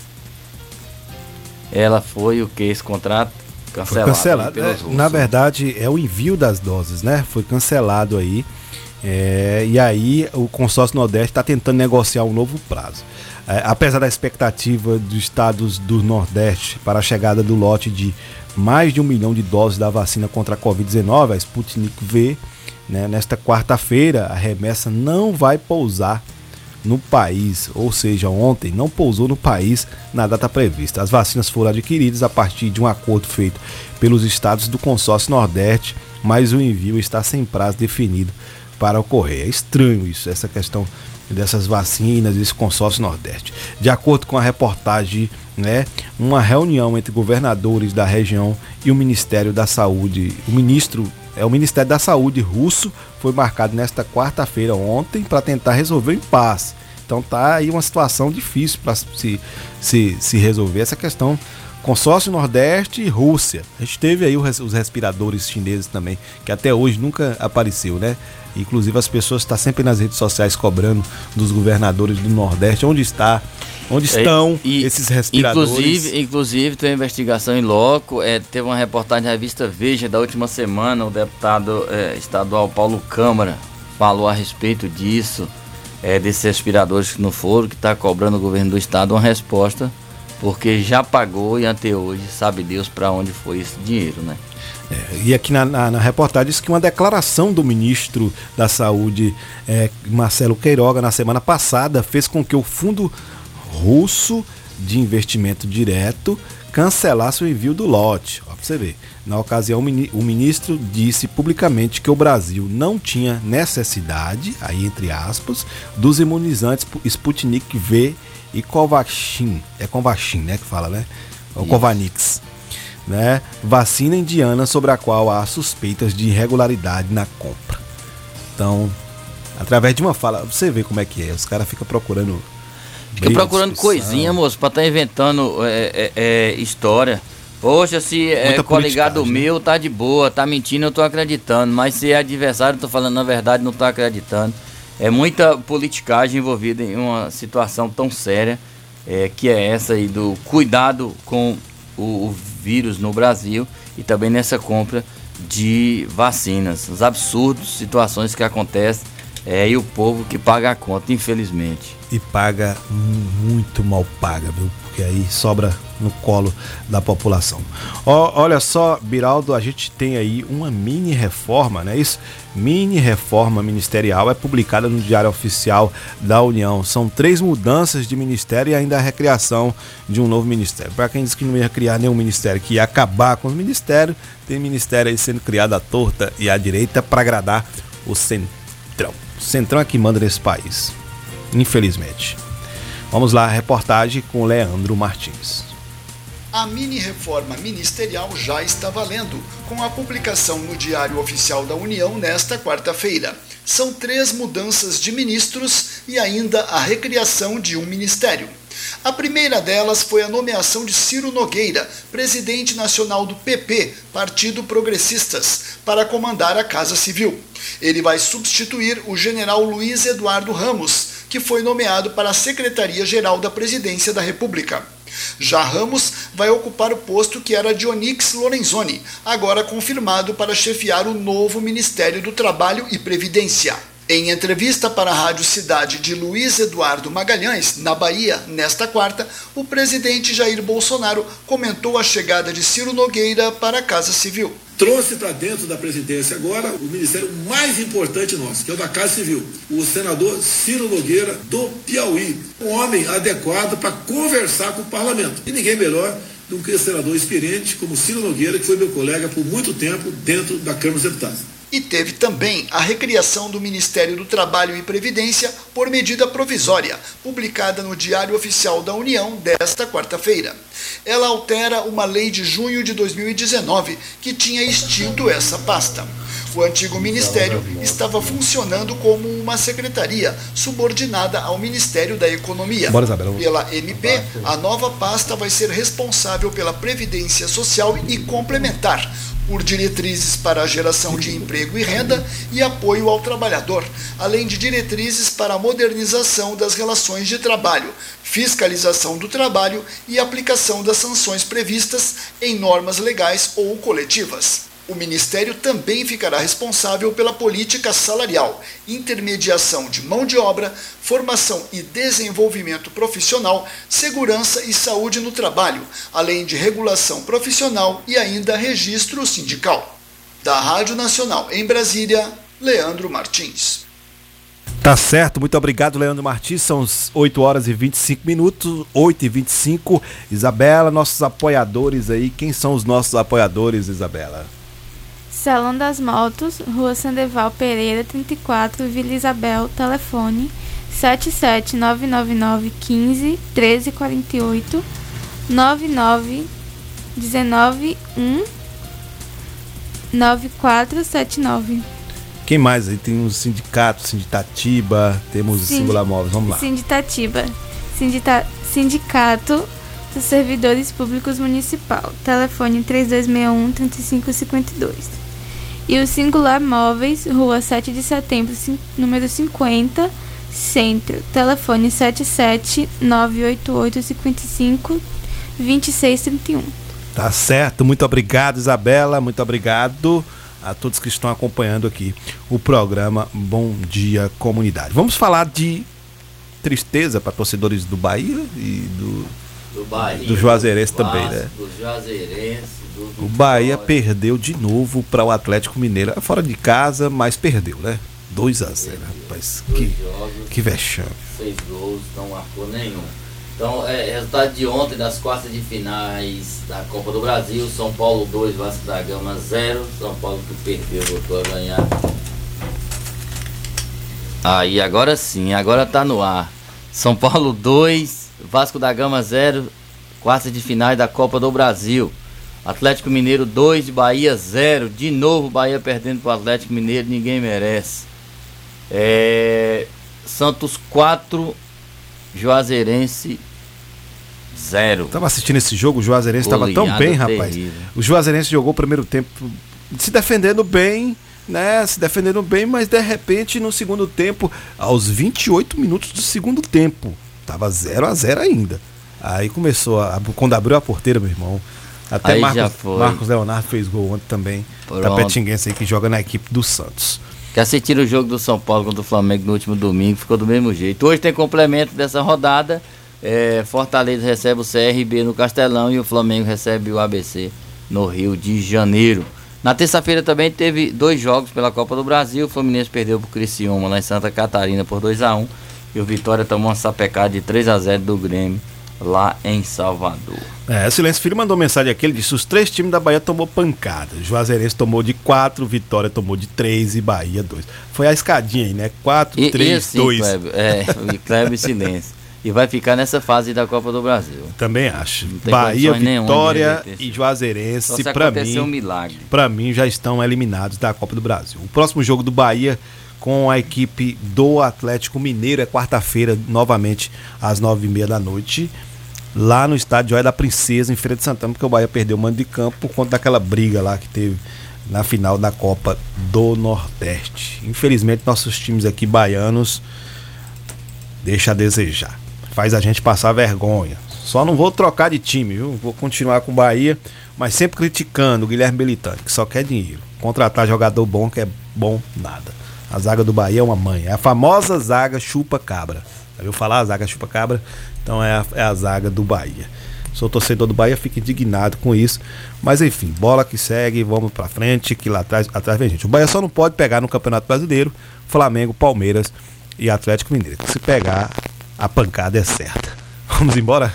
o que esse contrato cancelado? Foi cancelado. Na verdade é o envio das doses, né? Foi cancelado aí. E aí o consórcio Nordeste está tentando negociar um novo prazo. Apesar da expectativa dos estados do Nordeste para a chegada do lote de mais de 1 milhão de doses da vacina contra a Covid-19, a Sputnik V, né, nesta quarta-feira, a remessa não vai pousar no país, ou seja, ontem não pousou no país na data prevista. As vacinas foram adquiridas a partir de um acordo feito pelos estados do consórcio Nordeste, mas o envio está sem prazo definido para ocorrer. É estranho isso, essa questão dessas vacinas, esse consórcio Nordeste. De acordo com a reportagem, né, uma reunião entre governadores da região e o Ministério da Saúde, o Ministério da Saúde russo foi marcado nesta quarta-feira, ontem, para tentar resolver o impasse. Então tá aí uma situação difícil para se resolver essa questão. Consórcio Nordeste e Rússia. A gente teve aí os respiradores chineses também, que até hoje nunca apareceu, né? Inclusive as pessoas estão sempre nas redes sociais cobrando dos governadores do Nordeste onde estão esses respiradores. Inclusive tem uma investigação em loco. Teve uma reportagem na revista Veja da última semana. O deputado estadual Paulo Câmara falou a respeito disso, desses respiradores que não foram, que está cobrando o governo do estado uma resposta, porque já pagou e até hoje sabe Deus para onde foi esse dinheiro, né? E aqui na reportagem diz que uma declaração do ministro da Saúde, Marcelo Queiroga, na semana passada, fez com que o fundo russo de investimento direto cancelasse o envio do lote. Ó, pra você ver. Na ocasião, o ministro disse publicamente que o Brasil não tinha necessidade, aí entre aspas, dos imunizantes Sputnik V e Covaxin. É Covaxin, né, que fala, né? O Covanix. Né? Vacina indiana sobre a qual há suspeitas de irregularidade na compra. Então, através de uma fala, você vê como é que é. Os caras ficam procurando... Fica procurando coisinha, moço, pra tá inventando história. Poxa, se é coligado meu, tá de boa, tá mentindo, eu tô acreditando. Mas se é adversário, eu tô falando na verdade, não tô acreditando. É muita politicagem envolvida em uma situação tão séria, que é essa aí do cuidado com o vírus no Brasil e também nessa compra de vacinas. Os absurdos, situações que acontecem, e o povo que paga a conta, infelizmente. E paga muito mal paga, viu? Porque aí sobra no colo da população. Olha só, Biraldo, a gente tem aí uma mini reforma, não é isso? Mini reforma ministerial é publicada no Diário Oficial da União. São 3 mudanças de ministério e ainda a recriação de um novo ministério. Para quem disse que não ia criar nenhum ministério, que ia acabar com os ministérios, tem ministério aí sendo criado à torta e à direita para agradar o Centrão. O Centrão é que manda nesse país, infelizmente. Vamos lá, a reportagem com Leandro Martins. A mini-reforma ministerial já está valendo, com a publicação no Diário Oficial da União nesta quarta-feira. São 3 mudanças de ministros e ainda a recriação de um ministério. A primeira delas foi a nomeação de Ciro Nogueira, presidente nacional do PP, Partido Progressistas, para comandar a Casa Civil. Ele vai substituir o general Luiz Eduardo Ramos, que foi nomeado para a Secretaria-Geral da Presidência da República. Já Ramos vai ocupar o posto que era de Onyx Lorenzoni, agora confirmado para chefiar o novo Ministério do Trabalho e Previdência. Em entrevista para a Rádio Cidade de Luiz Eduardo Magalhães, na Bahia, nesta quarta, o presidente Jair Bolsonaro comentou a chegada de Ciro Nogueira para a Casa Civil. Trouxe para dentro da presidência agora o ministério mais importante nosso, que é o da Casa Civil, o senador Ciro Nogueira, do Piauí. Um homem adequado para conversar com o parlamento. E ninguém melhor do que o senador experiente como Ciro Nogueira, que foi meu colega por muito tempo dentro da Câmara dos Deputados. E teve também a recriação do Ministério do Trabalho e Previdência por medida provisória, publicada no Diário Oficial da União desta quarta-feira. Ela altera uma lei de junho de 2019 que tinha extinto essa pasta. O antigo ministério estava funcionando como uma secretaria subordinada ao Ministério da Economia. Pela MP, a nova pasta vai ser responsável pela Previdência Social e complementar, por diretrizes para a geração de emprego e renda e apoio ao trabalhador, além de diretrizes para a modernização das relações de trabalho, fiscalização do trabalho e aplicação das sanções previstas em normas legais ou coletivas. O Ministério também ficará responsável pela política salarial, intermediação de mão de obra, formação e desenvolvimento profissional, segurança e saúde no trabalho, além de regulação profissional e ainda registro sindical. Da Rádio Nacional em Brasília, Leandro Martins. Tá certo, muito obrigado, Leandro Martins. São 8 horas e 25 minutos, 8h25. Isabela, nossos apoiadores aí. Quem são os nossos apoiadores, Isabela? Salão das Motos, Rua Sandeval Pereira, 34, Vila Isabel, telefone 77999 15 1348 99 19 1 9479. Quem mais aí? Tem um sindicato, Sinditatiba, temos o Singular Móveis, vamos lá. Sinditatiba, Sindicato dos Servidores Públicos Municipal, telefone 3261-3552. E o Singular Móveis, Rua 7 de Setembro, número 50, Centro, telefone 77988552631. Tá certo, muito obrigado, Isabela, muito obrigado a todos que estão acompanhando aqui o programa Bom Dia Comunidade. Vamos falar de tristeza para torcedores do Bahia e do Juazeirense também, né? Do Juazeirense, o Bahia perdeu de novo para o Atlético Mineiro, fora de casa, mas perdeu, né? 2-0, rapaz. Que vexame. 6 gols, não marcou nenhum. Então, resultado de ontem das quartas de finais da Copa do Brasil: São Paulo 2, Vasco da Gama 0. São Paulo que perdeu, voltou a ganhar. Aí, agora sim, agora tá no ar. São Paulo 2, Vasco da Gama 0, quartas de finais da Copa do Brasil. Atlético Mineiro 2, Bahia 0. De novo, Bahia perdendo pro Atlético Mineiro, ninguém merece. Santos 4, Juazeirense 0. Tava assistindo esse jogo, o Juazeirense estava tão bem, rapaz. O Juazeirense jogou o primeiro tempo se defendendo bem, né? Se defendendo bem, mas de repente no segundo tempo, aos 28 minutos do segundo tempo, tava 0-0 ainda. Aí começou, quando abriu a porteira, meu irmão, até Marcos Leonardo fez gol ontem também, tapetinguense aí que joga na equipe do Santos. Que assistir o jogo do São Paulo contra o Flamengo no último domingo, ficou do mesmo jeito. Hoje tem complemento dessa rodada. Fortaleza recebe o CRB no Castelão e o Flamengo recebe o ABC no Rio de Janeiro. Na terça-feira também teve 2 jogos pela Copa do Brasil. O Fluminense perdeu pro Criciúma lá em Santa Catarina por 2-1 e o Vitória tomou uma sapecada de 3-0 do Grêmio lá em Salvador. Silêncio Filho mandou mensagem aqui, ele disse: os 3 times da Bahia tomou pancada. Juazeirense tomou de 4, Vitória tomou de 3 e Bahia 2. Foi a escadinha aí, né? 4, 3, assim, 2. Kleber Silêncio. E vai ficar nessa fase da Copa do Brasil. Também acho. Bahia, Vitória e Juazeirense, pra mim, já estão eliminados da Copa do Brasil. O próximo jogo do Bahia com a equipe do Atlético Mineiro é quarta-feira, novamente às 9h30 da noite, lá no estádio Joia da Princesa, em Feira de Santana, porque o Bahia perdeu o mando de campo por conta daquela briga lá que teve na final da Copa do Nordeste. Infelizmente, nossos times aqui baianos deixam a desejar. Faz a gente passar vergonha. Só não vou trocar de time, viu? Vou continuar com o Bahia, mas sempre criticando o Guilherme Belitani, que só quer dinheiro. Contratar jogador bom, que é bom nada. A zaga do Bahia é uma mãe. É a famosa zaga chupa-cabra. Já viu falar a zaga chupa-cabra? Então é a zaga do Bahia. Sou torcedor do Bahia, fico indignado com isso. Mas enfim, bola que segue, vamos pra frente, que lá atrás vem gente. O Bahia só não pode pegar no Campeonato Brasileiro Flamengo, Palmeiras e Atlético Mineiro. Se pegar, a pancada é certa. Vamos embora?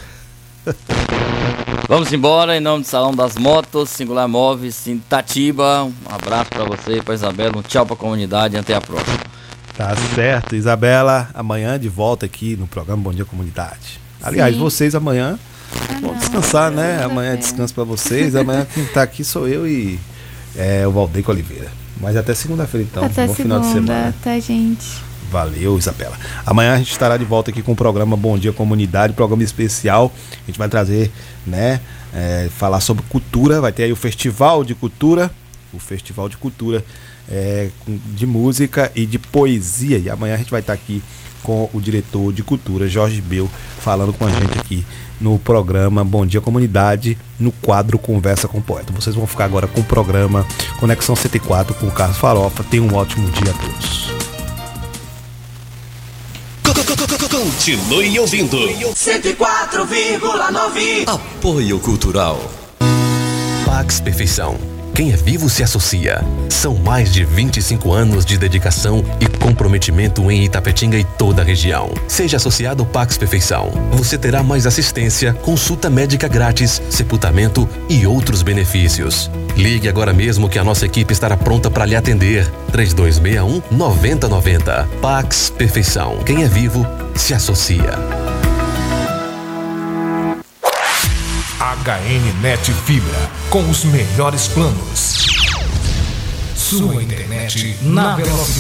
Vamos embora, em nome do Salão das Motos, Singular Móveis, em Itatiba. Um abraço pra você, pra Isabela, um tchau pra comunidade, até a próxima. Tá certo, Isabela, amanhã de volta aqui no programa Bom Dia Comunidade. Aliás, vocês amanhã vão descansar, né? Amanhã é descanso pra vocês, amanhã quem tá aqui sou eu e o Valdeco Oliveira. Mas até segunda-feira então, até bom segunda, final de semana. Tá, gente? Valeu, Isabela. Amanhã a gente estará de volta aqui com o programa Bom Dia Comunidade, programa especial. A gente vai trazer, né, falar sobre cultura. Vai ter aí o Festival de Cultura, de música e de poesia. E amanhã a gente vai estar aqui com o diretor de cultura, Jorge Bel, falando com a gente aqui no programa Bom Dia Comunidade, no quadro Conversa com o Poeta. Vocês vão ficar agora com o programa Conexão 104 com o Carlos Farofa. Tenham um ótimo dia a todos. Continue ouvindo 104,9. Apoio Cultural. Pax Perfeição. Quem é vivo se associa. São mais de 25 anos de dedicação e comprometimento em Itapetinga e toda a região. Seja associado ao Pax Perfeição. Você terá mais assistência, consulta médica grátis, sepultamento e outros benefícios. Ligue agora mesmo que a nossa equipe estará pronta para lhe atender. 3261-9090. Pax Perfeição. Quem é vivo se associa. HNnet Fibra, com os melhores planos. Sua internet na velocidade.